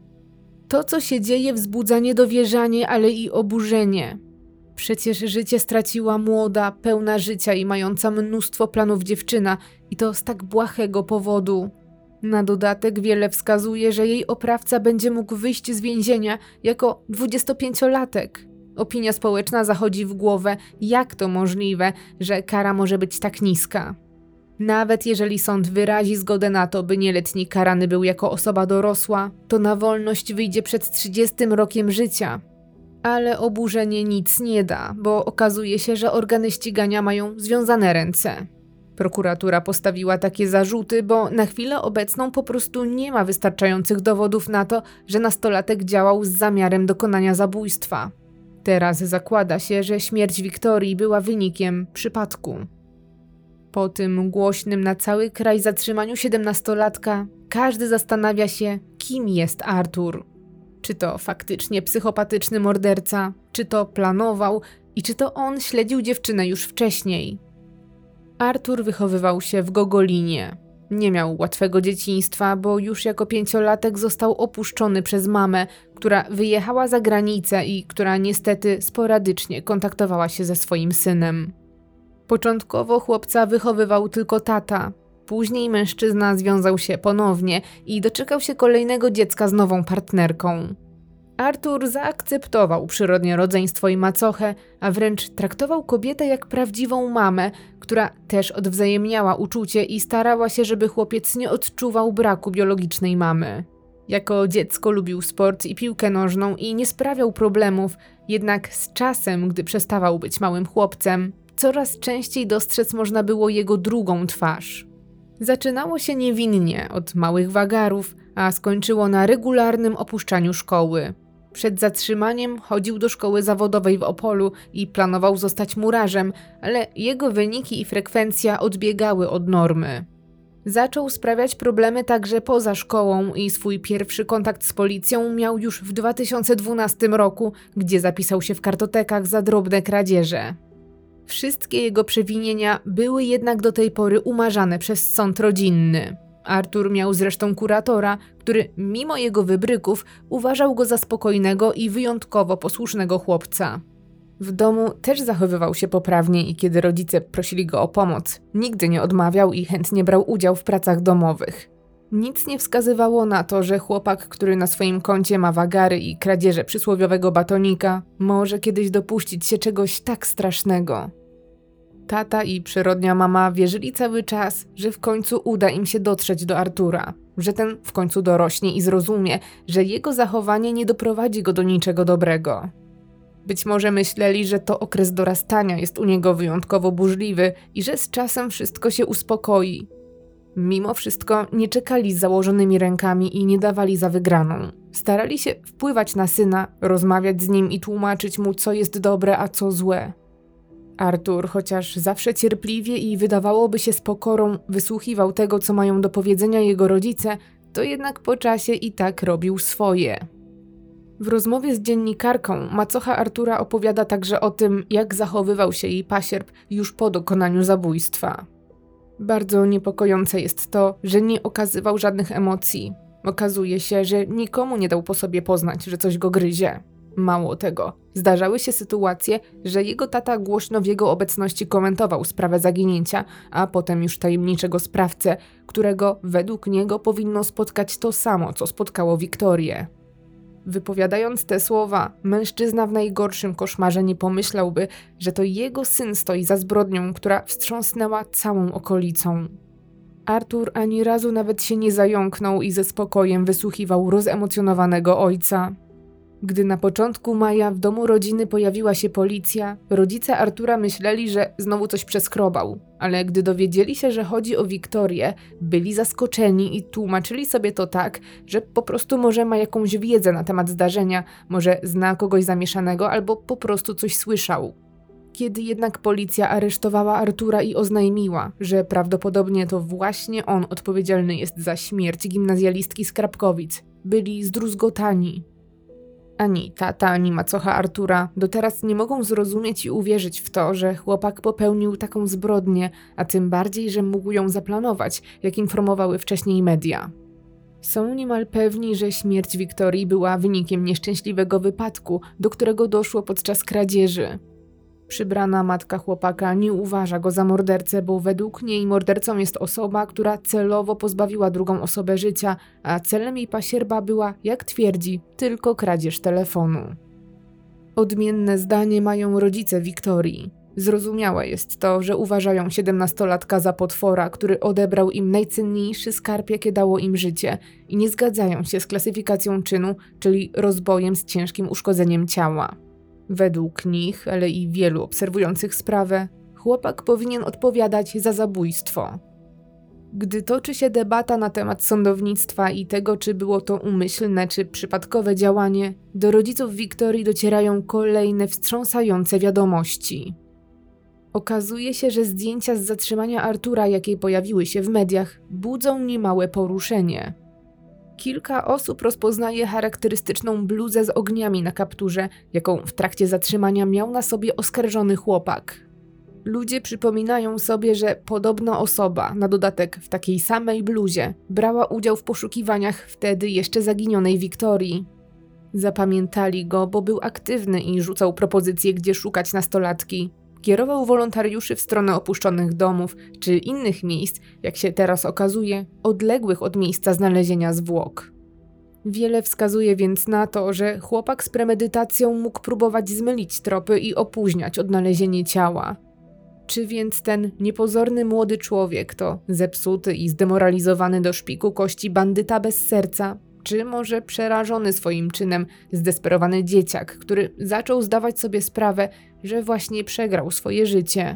To, co się dzieje, wzbudza niedowierzanie, ale i oburzenie. Przecież życie straciła młoda, pełna życia i mająca mnóstwo planów dziewczyna i to z tak błahego powodu. Na dodatek wiele wskazuje, że jej oprawca będzie mógł wyjść z więzienia jako 25-latek. Opinia społeczna zachodzi w głowę, jak to możliwe, że kara może być tak niska. Nawet jeżeli sąd wyrazi zgodę na to, by nieletni karany był jako osoba dorosła, to na wolność wyjdzie przed 30 rokiem życia. Ale oburzenie nic nie da, bo okazuje się, że organy ścigania mają związane ręce. Prokuratura postawiła takie zarzuty, bo na chwilę obecną po prostu nie ma wystarczających dowodów na to, że nastolatek działał z zamiarem dokonania zabójstwa. Teraz zakłada się, że śmierć Wiktorii była wynikiem przypadku. Po tym głośnym na cały kraj zatrzymaniu 17-latka, każdy zastanawia się, kim jest Artur. Czy to faktycznie psychopatyczny morderca, czy to planował i czy to on śledził dziewczynę już wcześniej. Artur wychowywał się w Gogolinie. Nie miał łatwego dzieciństwa, bo już jako 5-latek został opuszczony przez mamę, która wyjechała za granicę i która niestety sporadycznie kontaktowała się ze swoim synem. Początkowo chłopca wychowywał tylko tata. Później mężczyzna związał się ponownie i doczekał się kolejnego dziecka z nową partnerką. Artur zaakceptował przyrodnie rodzeństwo i macochę, a wręcz traktował kobietę jak prawdziwą mamę, która też odwzajemniała uczucie i starała się, żeby chłopiec nie odczuwał braku biologicznej mamy. Jako dziecko lubił sport i piłkę nożną i nie sprawiał problemów, jednak z czasem, gdy przestawał być małym chłopcem, coraz częściej dostrzec można było jego drugą twarz. Zaczynało się niewinnie, od małych wagarów, a skończyło na regularnym opuszczaniu szkoły. Przed zatrzymaniem chodził do szkoły zawodowej w Opolu i planował zostać murarzem, ale jego wyniki i frekwencja odbiegały od normy. Zaczął sprawiać problemy także poza szkołą i swój pierwszy kontakt z policją miał już w 2012 roku, gdzie zapisał się w kartotekach za drobne kradzieże. Wszystkie jego przewinienia były jednak do tej pory umarzane przez sąd rodzinny. Artur miał zresztą kuratora, który mimo jego wybryków uważał go za spokojnego i wyjątkowo posłusznego chłopca. W domu też zachowywał się poprawnie i kiedy rodzice prosili go o pomoc, nigdy nie odmawiał i chętnie brał udział w pracach domowych. Nic nie wskazywało na to, że chłopak, który na swoim koncie ma wagary i kradzieże przysłowiowego batonika, może kiedyś dopuścić się czegoś tak strasznego. Tata i przyrodnia mama wierzyli cały czas, że w końcu uda im się dotrzeć do Artura, że ten w końcu dorośnie i zrozumie, że jego zachowanie nie doprowadzi go do niczego dobrego. Być może myśleli, że to okres dorastania jest u niego wyjątkowo burzliwy i że z czasem wszystko się uspokoi. Mimo wszystko nie czekali z założonymi rękami i nie dawali za wygraną. Starali się wpływać na syna, rozmawiać z nim i tłumaczyć mu, co jest dobre, a co złe. Artur, chociaż zawsze cierpliwie i wydawałoby się z pokorą wysłuchiwał tego, co mają do powiedzenia jego rodzice, to jednak po czasie i tak robił swoje. W rozmowie z dziennikarką macocha Artura opowiada także o tym, jak zachowywał się jej pasierb już po dokonaniu zabójstwa. Bardzo niepokojące jest to, że nie okazywał żadnych emocji. Okazuje się, że nikomu nie dał po sobie poznać, że coś go gryzie. Mało tego, zdarzały się sytuacje, że jego tata głośno w jego obecności komentował sprawę zaginięcia, a potem już tajemniczego sprawcę, którego według niego powinno spotkać to samo, co spotkało Wiktorię. Wypowiadając te słowa, mężczyzna w najgorszym koszmarze nie pomyślałby, że to jego syn stoi za zbrodnią, która wstrząsnęła całą okolicą. Artur ani razu nawet się nie zająknął i ze spokojem wysłuchiwał rozemocjonowanego ojca. Gdy na początku maja w domu rodziny pojawiła się policja, rodzice Artura myśleli, że znowu coś przeskrobał, ale gdy dowiedzieli się, że chodzi o Wiktorię, byli zaskoczeni i tłumaczyli sobie to tak, że po prostu może ma jakąś wiedzę na temat zdarzenia, może zna kogoś zamieszanego albo po prostu coś słyszał. Kiedy jednak policja aresztowała Artura i oznajmiła, że prawdopodobnie to właśnie on odpowiedzialny jest za śmierć gimnazjalistki z Krapkowic, byli zdruzgotani. Ani tata, ani macocha Artura do teraz nie mogą zrozumieć i uwierzyć w to, że chłopak popełnił taką zbrodnię, a tym bardziej, że mógł ją zaplanować, jak informowały wcześniej media. Są niemal pewni, że śmierć Wiktorii była wynikiem nieszczęśliwego wypadku, do którego doszło podczas kradzieży. Przybrana matka chłopaka nie uważa go za mordercę, bo według niej mordercą jest osoba, która celowo pozbawiła drugą osobę życia, a celem jej pasierba była, jak twierdzi, tylko kradzież telefonu. Odmienne zdanie mają rodzice Wiktorii. Zrozumiałe jest to, że uważają 17-latka za potwora, który odebrał im najcenniejszy skarb, jakie dało im życie, i nie zgadzają się z klasyfikacją czynu, czyli rozbojem z ciężkim uszkodzeniem ciała. Według nich, ale i wielu obserwujących sprawę, chłopak powinien odpowiadać za zabójstwo. Gdy toczy się debata na temat sądownictwa i tego, czy było to umyślne czy przypadkowe działanie, do rodziców Wiktorii docierają kolejne wstrząsające wiadomości. Okazuje się, że zdjęcia z zatrzymania Artura, jakie pojawiły się w mediach, budzą niemałe poruszenie. Kilka osób rozpoznaje charakterystyczną bluzę z ogniami na kapturze, jaką w trakcie zatrzymania miał na sobie oskarżony chłopak. Ludzie przypominają sobie, że podobna osoba, na dodatek w takiej samej bluzie, brała udział w poszukiwaniach wtedy jeszcze zaginionej Wiktorii. Zapamiętali go, bo był aktywny i rzucał propozycje, gdzie szukać nastolatki. Kierował wolontariuszy w stronę opuszczonych domów czy innych miejsc, jak się teraz okazuje, odległych od miejsca znalezienia zwłok. Wiele wskazuje więc na to, że chłopak z premedytacją mógł próbować zmylić tropy i opóźniać odnalezienie ciała. Czy więc ten niepozorny młody człowiek to zepsuty i zdemoralizowany do szpiku kości bandyta bez serca, czy może przerażony swoim czynem zdesperowany dzieciak, który zaczął zdawać sobie sprawę, że właśnie przegrał swoje życie?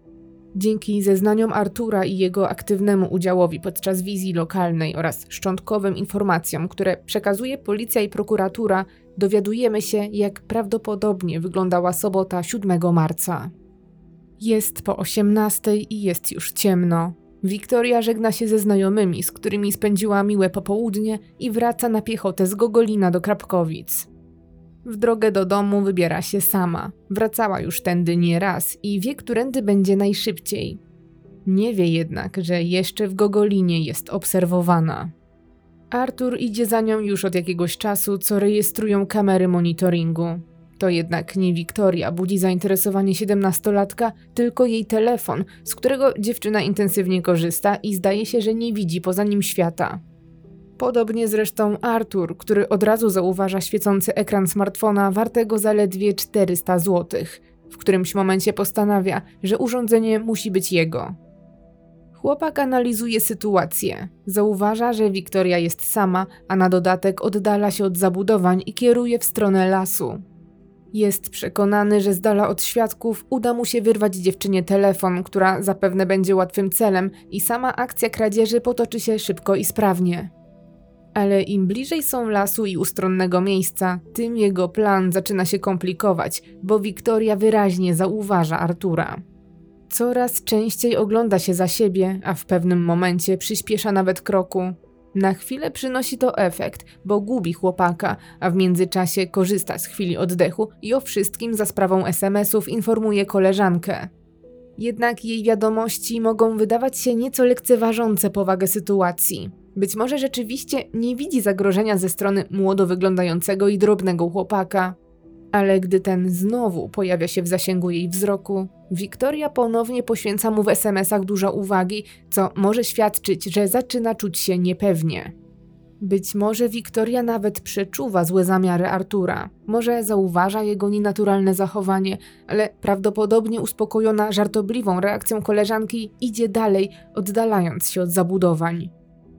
Dzięki zeznaniom Artura i jego aktywnemu udziałowi podczas wizji lokalnej oraz szczątkowym informacjom, które przekazuje policja i prokuratura, dowiadujemy się, jak prawdopodobnie wyglądała sobota 7 marca. Jest po 18 i jest już ciemno. Wiktoria żegna się ze znajomymi, z którymi spędziła miłe popołudnie, i wraca na piechotę z Gogolina do Krapkowic. W drogę do domu wybiera się sama. Wracała już tędy nie raz i wie, którędy będzie najszybciej. Nie wie jednak, że jeszcze w Gogolinie jest obserwowana. Artur idzie za nią już od jakiegoś czasu, co rejestrują kamery monitoringu. To jednak nie Wiktoria budzi zainteresowanie 17-latka, tylko jej telefon, z którego dziewczyna intensywnie korzysta i zdaje się, że nie widzi poza nim świata. Podobnie zresztą Artur, który od razu zauważa świecący ekran smartfona wartego zaledwie 400 zł. W którymś momencie postanawia, że urządzenie musi być jego. Chłopak analizuje sytuację. Zauważa, że Wiktoria jest sama, a na dodatek oddala się od zabudowań i kieruje w stronę lasu. Jest przekonany, że z dala od świadków uda mu się wyrwać dziewczynie telefon, która zapewne będzie łatwym celem, i sama akcja kradzieży potoczy się szybko i sprawnie. Ale im bliżej są lasu i ustronnego miejsca, tym jego plan zaczyna się komplikować, bo Wiktoria wyraźnie zauważa Artura. Coraz częściej ogląda się za siebie, a w pewnym momencie przyspiesza nawet kroku. Na chwilę przynosi to efekt, bo gubi chłopaka, a w międzyczasie korzysta z chwili oddechu i o wszystkim za sprawą SMS-ów informuje koleżankę. Jednak jej wiadomości mogą wydawać się nieco lekceważące powagę sytuacji. Być może rzeczywiście nie widzi zagrożenia ze strony młodo wyglądającego i drobnego chłopaka. Ale gdy ten znowu pojawia się w zasięgu jej wzroku, Wiktoria ponownie poświęca mu w SMS-ach dużo uwagi, co może świadczyć, że zaczyna czuć się niepewnie. Być może Wiktoria nawet przeczuwa złe zamiary Artura, może zauważa jego nienaturalne zachowanie, ale prawdopodobnie uspokojona żartobliwą reakcją koleżanki idzie dalej, oddalając się od zabudowań.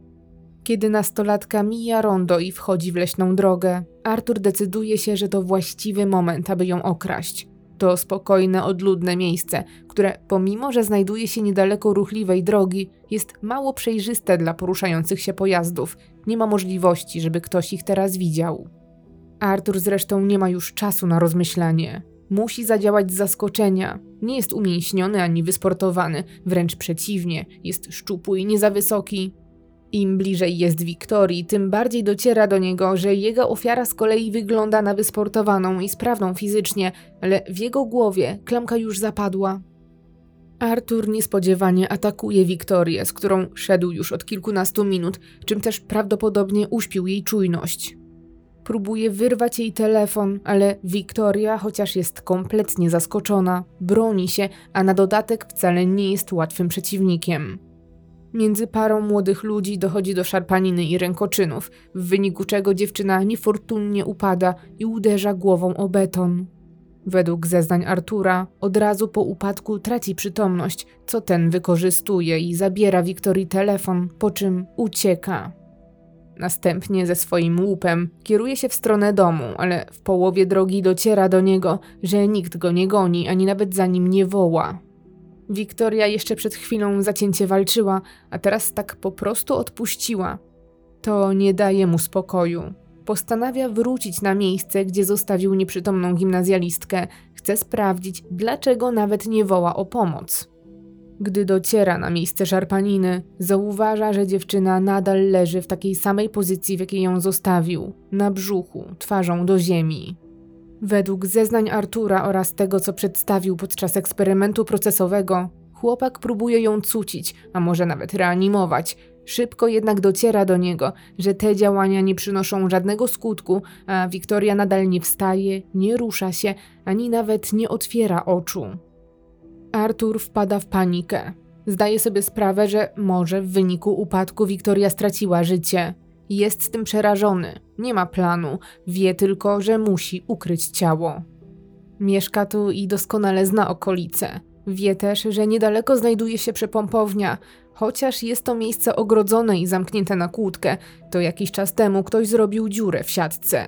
Kiedy nastolatka mija rondo i wchodzi w leśną drogę, Artur decyduje się, że to właściwy moment, aby ją okraść. To spokojne, odludne miejsce, które pomimo, że znajduje się niedaleko ruchliwej drogi, jest mało przejrzyste dla poruszających się pojazdów. Nie ma możliwości, żeby ktoś ich teraz widział. Artur zresztą nie ma już czasu na rozmyślanie. Musi zadziałać z zaskoczenia. Nie jest umięśniony ani wysportowany, wręcz przeciwnie, jest szczupły i nie za wysoki. Im bliżej jest Wiktorii, tym bardziej dociera do niego, że jego ofiara z kolei wygląda na wysportowaną i sprawną fizycznie, ale w jego głowie klamka już zapadła. Artur niespodziewanie atakuje Wiktorię, z którą szedł już od kilkunastu minut, czym też prawdopodobnie uśpił jej czujność. Próbuje wyrwać jej telefon, ale Wiktoria, chociaż jest kompletnie zaskoczona, broni się, a na dodatek wcale nie jest łatwym przeciwnikiem. Między parą młodych ludzi dochodzi do szarpaniny i rękoczynów, w wyniku czego dziewczyna niefortunnie upada i uderza głową o beton. Według zeznań Artura, od razu po upadku traci przytomność, co ten wykorzystuje i zabiera Wiktorii telefon, po czym ucieka. Następnie ze swoim łupem kieruje się w stronę domu, ale w połowie drogi dociera do niego, że nikt go nie goni, ani nawet za nim nie woła. Wiktoria jeszcze przed chwilą zacięcie walczyła, a teraz tak po prostu odpuściła. To nie daje mu spokoju. Postanawia wrócić na miejsce, gdzie zostawił nieprzytomną gimnazjalistkę. Chce sprawdzić, dlaczego nawet nie woła o pomoc. Gdy dociera na miejsce szarpaniny, zauważa, że dziewczyna nadal leży w takiej samej pozycji, w jakiej ją zostawił, na brzuchu, twarzą do ziemi. Według zeznań Artura oraz tego, co przedstawił podczas eksperymentu procesowego, chłopak próbuje ją cucić, a może nawet reanimować. Szybko jednak dociera do niego, że te działania nie przynoszą żadnego skutku, a Wiktoria nadal nie wstaje, nie rusza się, ani nawet nie otwiera oczu. Artur wpada w panikę. Zdaje sobie sprawę, że może w wyniku upadku Wiktoria straciła życie. Jest tym przerażony, nie ma planu, wie tylko, że musi ukryć ciało. Mieszka tu i doskonale zna okolice. Wie też, że niedaleko znajduje się przepompownia. Chociaż jest to miejsce ogrodzone i zamknięte na kłódkę, to jakiś czas temu ktoś zrobił dziurę w siatce.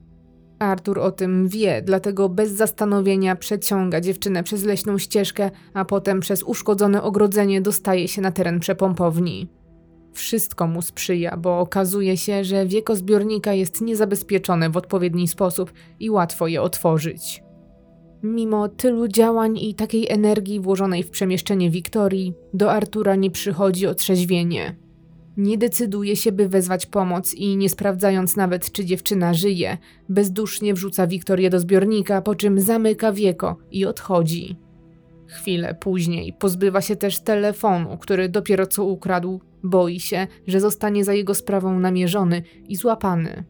Artur o tym wie, dlatego bez zastanowienia przeciąga dziewczynę przez leśną ścieżkę, a potem przez uszkodzone ogrodzenie dostaje się na teren przepompowni. Wszystko mu sprzyja, bo okazuje się, że wieko zbiornika jest niezabezpieczone w odpowiedni sposób i łatwo je otworzyć. Mimo tylu działań i takiej energii włożonej w przemieszczenie Wiktorii, do Artura nie przychodzi otrzeźwienie. Nie decyduje się, by wezwać pomoc i nie sprawdzając nawet, czy dziewczyna żyje, bezdusznie wrzuca Wiktorię do zbiornika, po czym zamyka wieko i odchodzi. Chwilę później pozbywa się też telefonu, który dopiero co ukradł. Boi się, że zostanie za jego sprawą namierzony i złapany.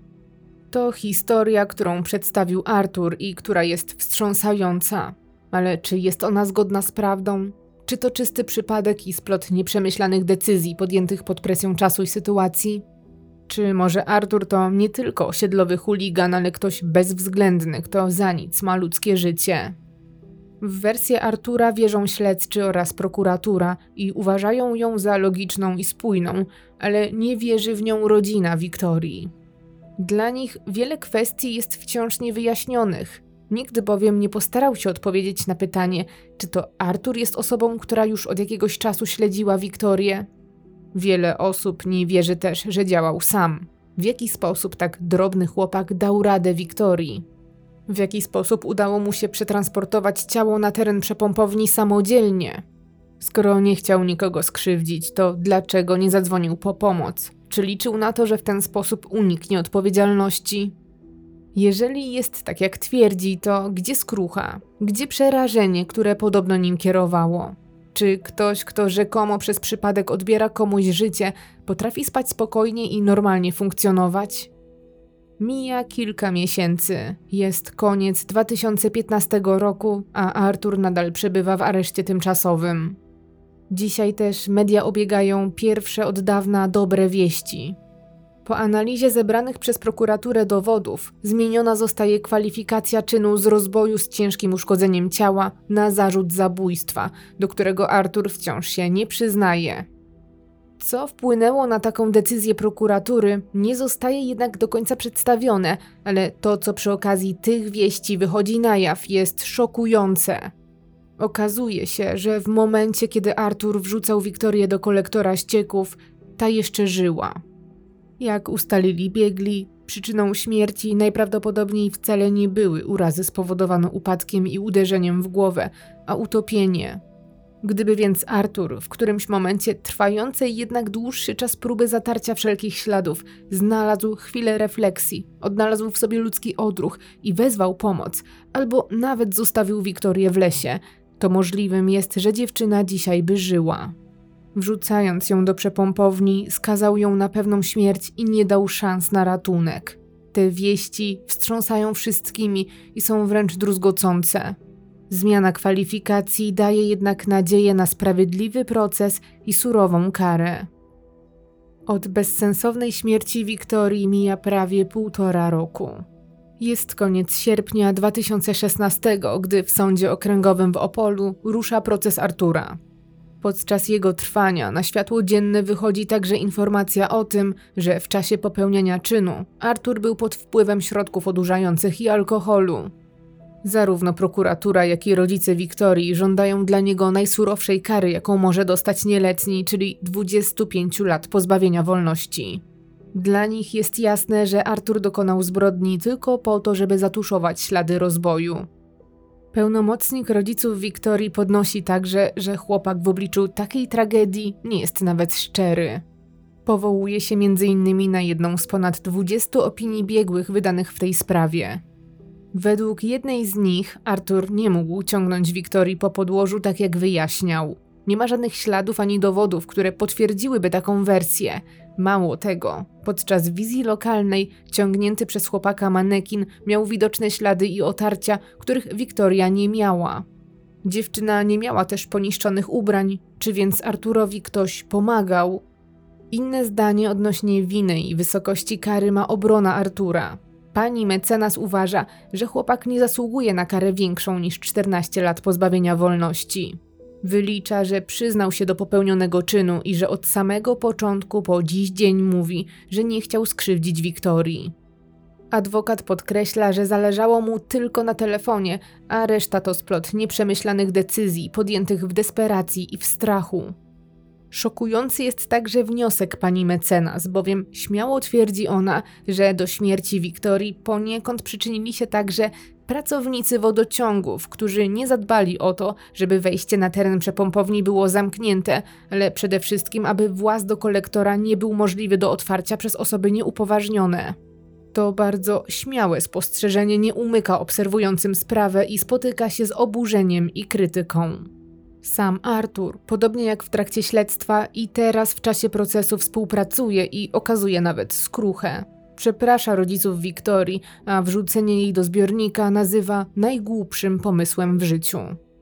To historia, którą przedstawił Artur i która jest wstrząsająca. Ale czy jest ona zgodna z prawdą? Czy to czysty przypadek i splot nieprzemyślanych decyzji podjętych pod presją czasu i sytuacji? Czy może Artur to nie tylko osiedlowy chuligan, ale ktoś bezwzględny, kto za nic ma ludzkie życie? W wersję Artura wierzą śledczy oraz prokuratura i uważają ją za logiczną i spójną, ale nie wierzy w nią rodzina Wiktorii. Dla nich wiele kwestii jest wciąż niewyjaśnionych. Nikt bowiem nie postarał się odpowiedzieć na pytanie, czy to Artur jest osobą, która już od jakiegoś czasu śledziła Wiktorię. Wiele osób nie wierzy też, że działał sam. W jaki sposób tak drobny chłopak dał radę Wiktorii? W jaki sposób udało mu się przetransportować ciało na teren przepompowni samodzielnie? Skoro nie chciał nikogo skrzywdzić, to dlaczego nie zadzwonił po pomoc? Czy liczył na to, że w ten sposób uniknie odpowiedzialności? Jeżeli jest tak, jak twierdzi, to gdzie skrucha? Gdzie przerażenie, które podobno nim kierowało? Czy ktoś, kto rzekomo przez przypadek odbiera komuś życie, potrafi spać spokojnie i normalnie funkcjonować? Mija kilka miesięcy. Jest koniec 2015 roku, a Artur nadal przebywa w areszcie tymczasowym. Dzisiaj też media obiegają pierwsze od dawna dobre wieści. Po analizie zebranych przez prokuraturę dowodów zmieniona zostaje kwalifikacja czynu z rozboju z ciężkim uszkodzeniem ciała na zarzut zabójstwa, do którego Artur wciąż się nie przyznaje. Co wpłynęło na taką decyzję prokuratury, nie zostaje jednak do końca przedstawione, ale to, co przy okazji tych wieści wychodzi na jaw, jest szokujące. Okazuje się, że w momencie, kiedy Artur wrzucał Wiktorię do kolektora ścieków, ta jeszcze żyła. Jak ustalili biegli, przyczyną śmierci najprawdopodobniej wcale nie były urazy spowodowane upadkiem i uderzeniem w głowę, a utopienie. Gdyby więc Artur w którymś momencie trwającej jednak dłuższy czas próby zatarcia wszelkich śladów znalazł chwilę refleksji, odnalazł w sobie ludzki odruch i wezwał pomoc, albo nawet zostawił Wiktorię w lesie, to możliwym jest, że dziewczyna dzisiaj by żyła. Wrzucając ją do przepompowni, skazał ją na pewną śmierć i nie dał szans na ratunek. Te wieści wstrząsają wszystkimi i są wręcz druzgocące. Zmiana kwalifikacji daje jednak nadzieję na sprawiedliwy proces i surową karę. Od bezsensownej śmierci Wiktorii mija prawie 1,5 roku. Jest koniec sierpnia 2016, gdy w Sądzie Okręgowym w Opolu rusza proces Artura. Podczas jego trwania na światło dzienne wychodzi także informacja o tym, że w czasie popełniania czynu Artur był pod wpływem środków odurzających i alkoholu. Zarówno prokuratura, jak i rodzice Wiktorii żądają dla niego najsurowszej kary, jaką może dostać nieletni, czyli 25 lat pozbawienia wolności. Dla nich jest jasne, że Artur dokonał zbrodni tylko po to, żeby zatuszować ślady rozboju. Pełnomocnik rodziców Wiktorii podnosi także, że chłopak w obliczu takiej tragedii nie jest nawet szczery. Powołuje się m.in. na jedną z ponad 20 opinii biegłych wydanych w tej sprawie. Według jednej z nich Artur nie mógł ciągnąć Wiktorii po podłożu tak jak wyjaśniał. Nie ma żadnych śladów ani dowodów, które potwierdziłyby taką wersję. Mało tego, podczas wizji lokalnej ciągnięty przez chłopaka manekin miał widoczne ślady i otarcia, których Wiktoria nie miała. Dziewczyna nie miała też poniszczonych ubrań, czy więc Arturowi ktoś pomagał? Inne zdanie odnośnie winy i wysokości kary ma obrona Artura. Pani mecenas uważa, że chłopak nie zasługuje na karę większą niż 14 lat pozbawienia wolności. Wylicza, że przyznał się do popełnionego czynu i że od samego początku po dziś dzień mówi, że nie chciał skrzywdzić Wiktorii. Adwokat podkreśla, że zależało mu tylko na telefonie, a reszta to splot nieprzemyślanych decyzji podjętych w desperacji i w strachu. Szokujący jest także wniosek pani mecenas, bowiem śmiało twierdzi ona, że do śmierci Wiktorii poniekąd przyczynili się także pracownicy wodociągów, którzy nie zadbali o to, żeby wejście na teren przepompowni było zamknięte, ale przede wszystkim, aby właz do kolektora nie był możliwy do otwarcia przez osoby nieupoważnione. To bardzo śmiałe spostrzeżenie nie umyka obserwującym sprawę i spotyka się z oburzeniem i krytyką. Sam Artur, podobnie jak w trakcie śledztwa i teraz w czasie procesu współpracuje i okazuje nawet skruchę. Przeprasza rodziców Wiktorii, a wrzucenie jej do zbiornika nazywa najgłupszym pomysłem w życiu.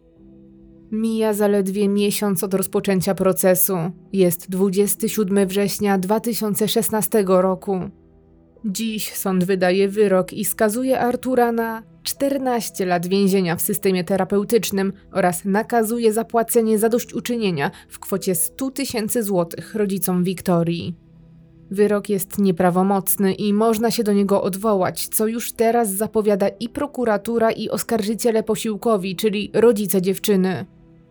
Mija zaledwie miesiąc od rozpoczęcia procesu. Jest 27 września 2016 roku. Dziś sąd wydaje wyrok i skazuje Artura na 14 lat więzienia w systemie terapeutycznym oraz nakazuje zapłacenie zadośćuczynienia w kwocie 100 000 złotych rodzicom Wiktorii. Wyrok jest nieprawomocny i można się do niego odwołać, co już teraz zapowiada i prokuratura, i oskarżyciele posiłkowi, czyli rodzice dziewczyny.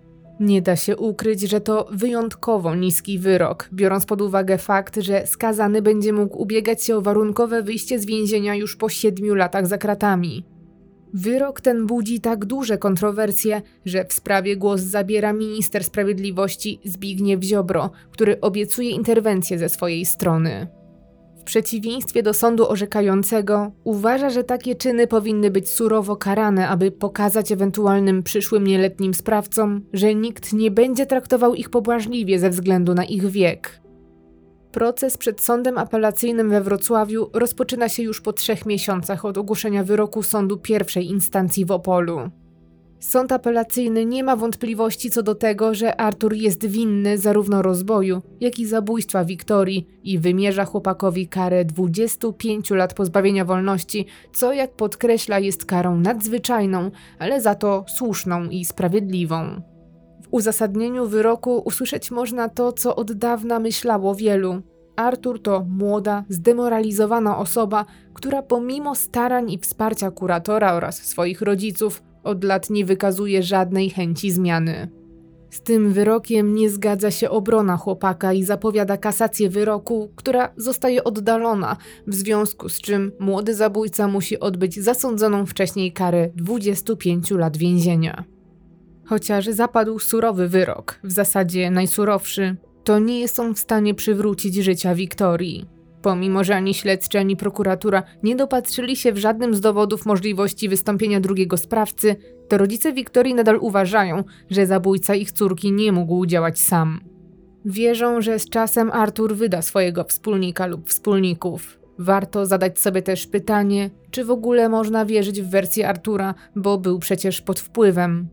Nie da się ukryć, że to wyjątkowo niski wyrok, biorąc pod uwagę fakt, że skazany będzie mógł ubiegać się o warunkowe wyjście z więzienia już po 7 latach za kratami. Wyrok ten budzi tak duże kontrowersje, że w sprawie głos zabiera minister sprawiedliwości Zbigniew Ziobro, który obiecuje interwencję ze swojej strony. W przeciwieństwie do sądu orzekającego uważa, że takie czyny powinny być surowo karane, aby pokazać ewentualnym przyszłym nieletnim sprawcom, że nikt nie będzie traktował ich pobłażliwie ze względu na ich wiek. Proces przed sądem apelacyjnym we Wrocławiu rozpoczyna się już po 3 miesiącach od ogłoszenia wyroku sądu pierwszej instancji w Opolu. Sąd apelacyjny nie ma wątpliwości co do tego, że Artur jest winny zarówno rozboju, jak i zabójstwa Wiktorii i wymierza chłopakowi karę 25 lat pozbawienia wolności, co jak podkreśla jest karą nadzwyczajną, ale za to słuszną i sprawiedliwą. W uzasadnieniu wyroku usłyszeć można to, co od dawna myślało wielu. Artur to młoda, zdemoralizowana osoba, która pomimo starań i wsparcia kuratora oraz swoich rodziców od lat nie wykazuje żadnej chęci zmiany. Z tym wyrokiem nie zgadza się obrona chłopaka i zapowiada kasację wyroku, która zostaje oddalona, w związku z czym młody zabójca musi odbyć zasądzoną wcześniej karę 25 lat więzienia. Chociaż zapadł surowy wyrok, w zasadzie najsurowszy, to nie są w stanie przywrócić życia Wiktorii. Pomimo że ani śledczy, ani prokuratura nie dopatrzyli się w żadnym z dowodów możliwości wystąpienia drugiego sprawcy, to rodzice Wiktorii nadal uważają, że zabójca ich córki nie mógł działać sam. Wierzą, że z czasem Artur wyda swojego wspólnika lub wspólników. Warto zadać sobie też pytanie, czy w ogóle można wierzyć w wersję Artura, bo był przecież pod wpływem.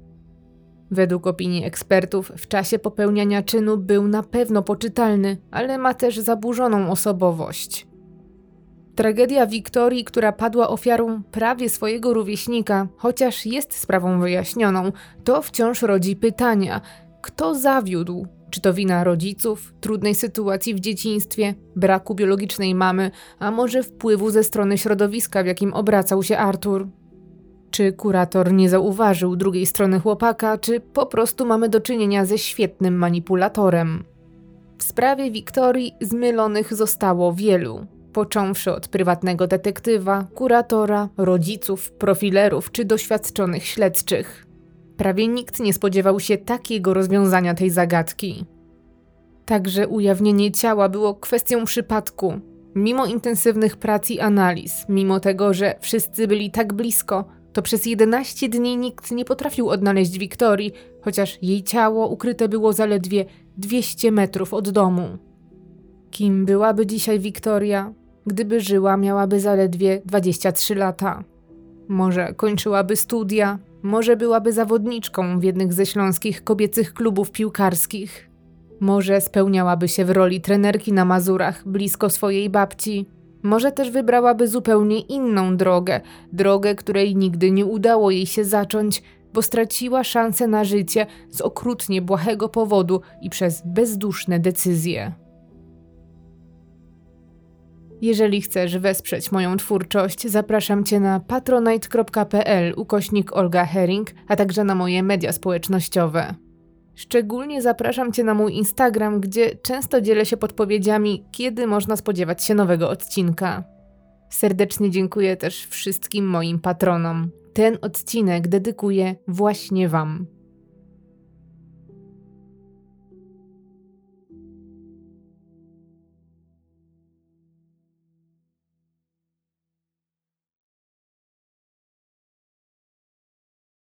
Według opinii ekspertów w czasie popełniania czynu był na pewno poczytalny, ale ma też zaburzoną osobowość. Tragedia Wiktorii, która padła ofiarą prawie swojego rówieśnika, chociaż jest sprawą wyjaśnioną, to wciąż rodzi pytania. Kto zawiódł? Czy to wina rodziców, trudnej sytuacji w dzieciństwie, braku biologicznej mamy, a może wpływu ze strony środowiska, w jakim obracał się Artur? Czy kurator nie zauważył drugiej strony chłopaka, czy po prostu mamy do czynienia ze świetnym manipulatorem? W sprawie Wiktorii zmylonych zostało wielu. Począwszy od prywatnego detektywa, kuratora, rodziców, profilerów czy doświadczonych śledczych. Prawie nikt nie spodziewał się takiego rozwiązania tej zagadki. Także ujawnienie ciała było kwestią przypadku. Mimo intensywnych prac i analiz, mimo tego, że wszyscy byli tak blisko, to przez 11 dni nikt nie potrafił odnaleźć Wiktorii, chociaż jej ciało ukryte było zaledwie 200 metrów od domu. Kim byłaby dzisiaj Wiktoria? Gdyby żyła, miałaby zaledwie 23 lata. Może kończyłaby studia, może byłaby zawodniczką w jednych ze śląskich kobiecych klubów piłkarskich. Może spełniałaby się w roli trenerki na Mazurach, blisko swojej babci. Może też wybrałaby zupełnie inną drogę, której nigdy nie udało jej się zacząć, bo straciła szansę na życie z okrutnie błahego powodu i przez bezduszne decyzje. Jeżeli chcesz wesprzeć moją twórczość, zapraszam Cię na patronite.pl/Olga Hering, a także na moje media społecznościowe. Szczególnie zapraszam Cię na mój Instagram, gdzie często dzielę się podpowiedziami, kiedy można spodziewać się nowego odcinka. Serdecznie dziękuję też wszystkim moim patronom. Ten odcinek dedykuję właśnie Wam.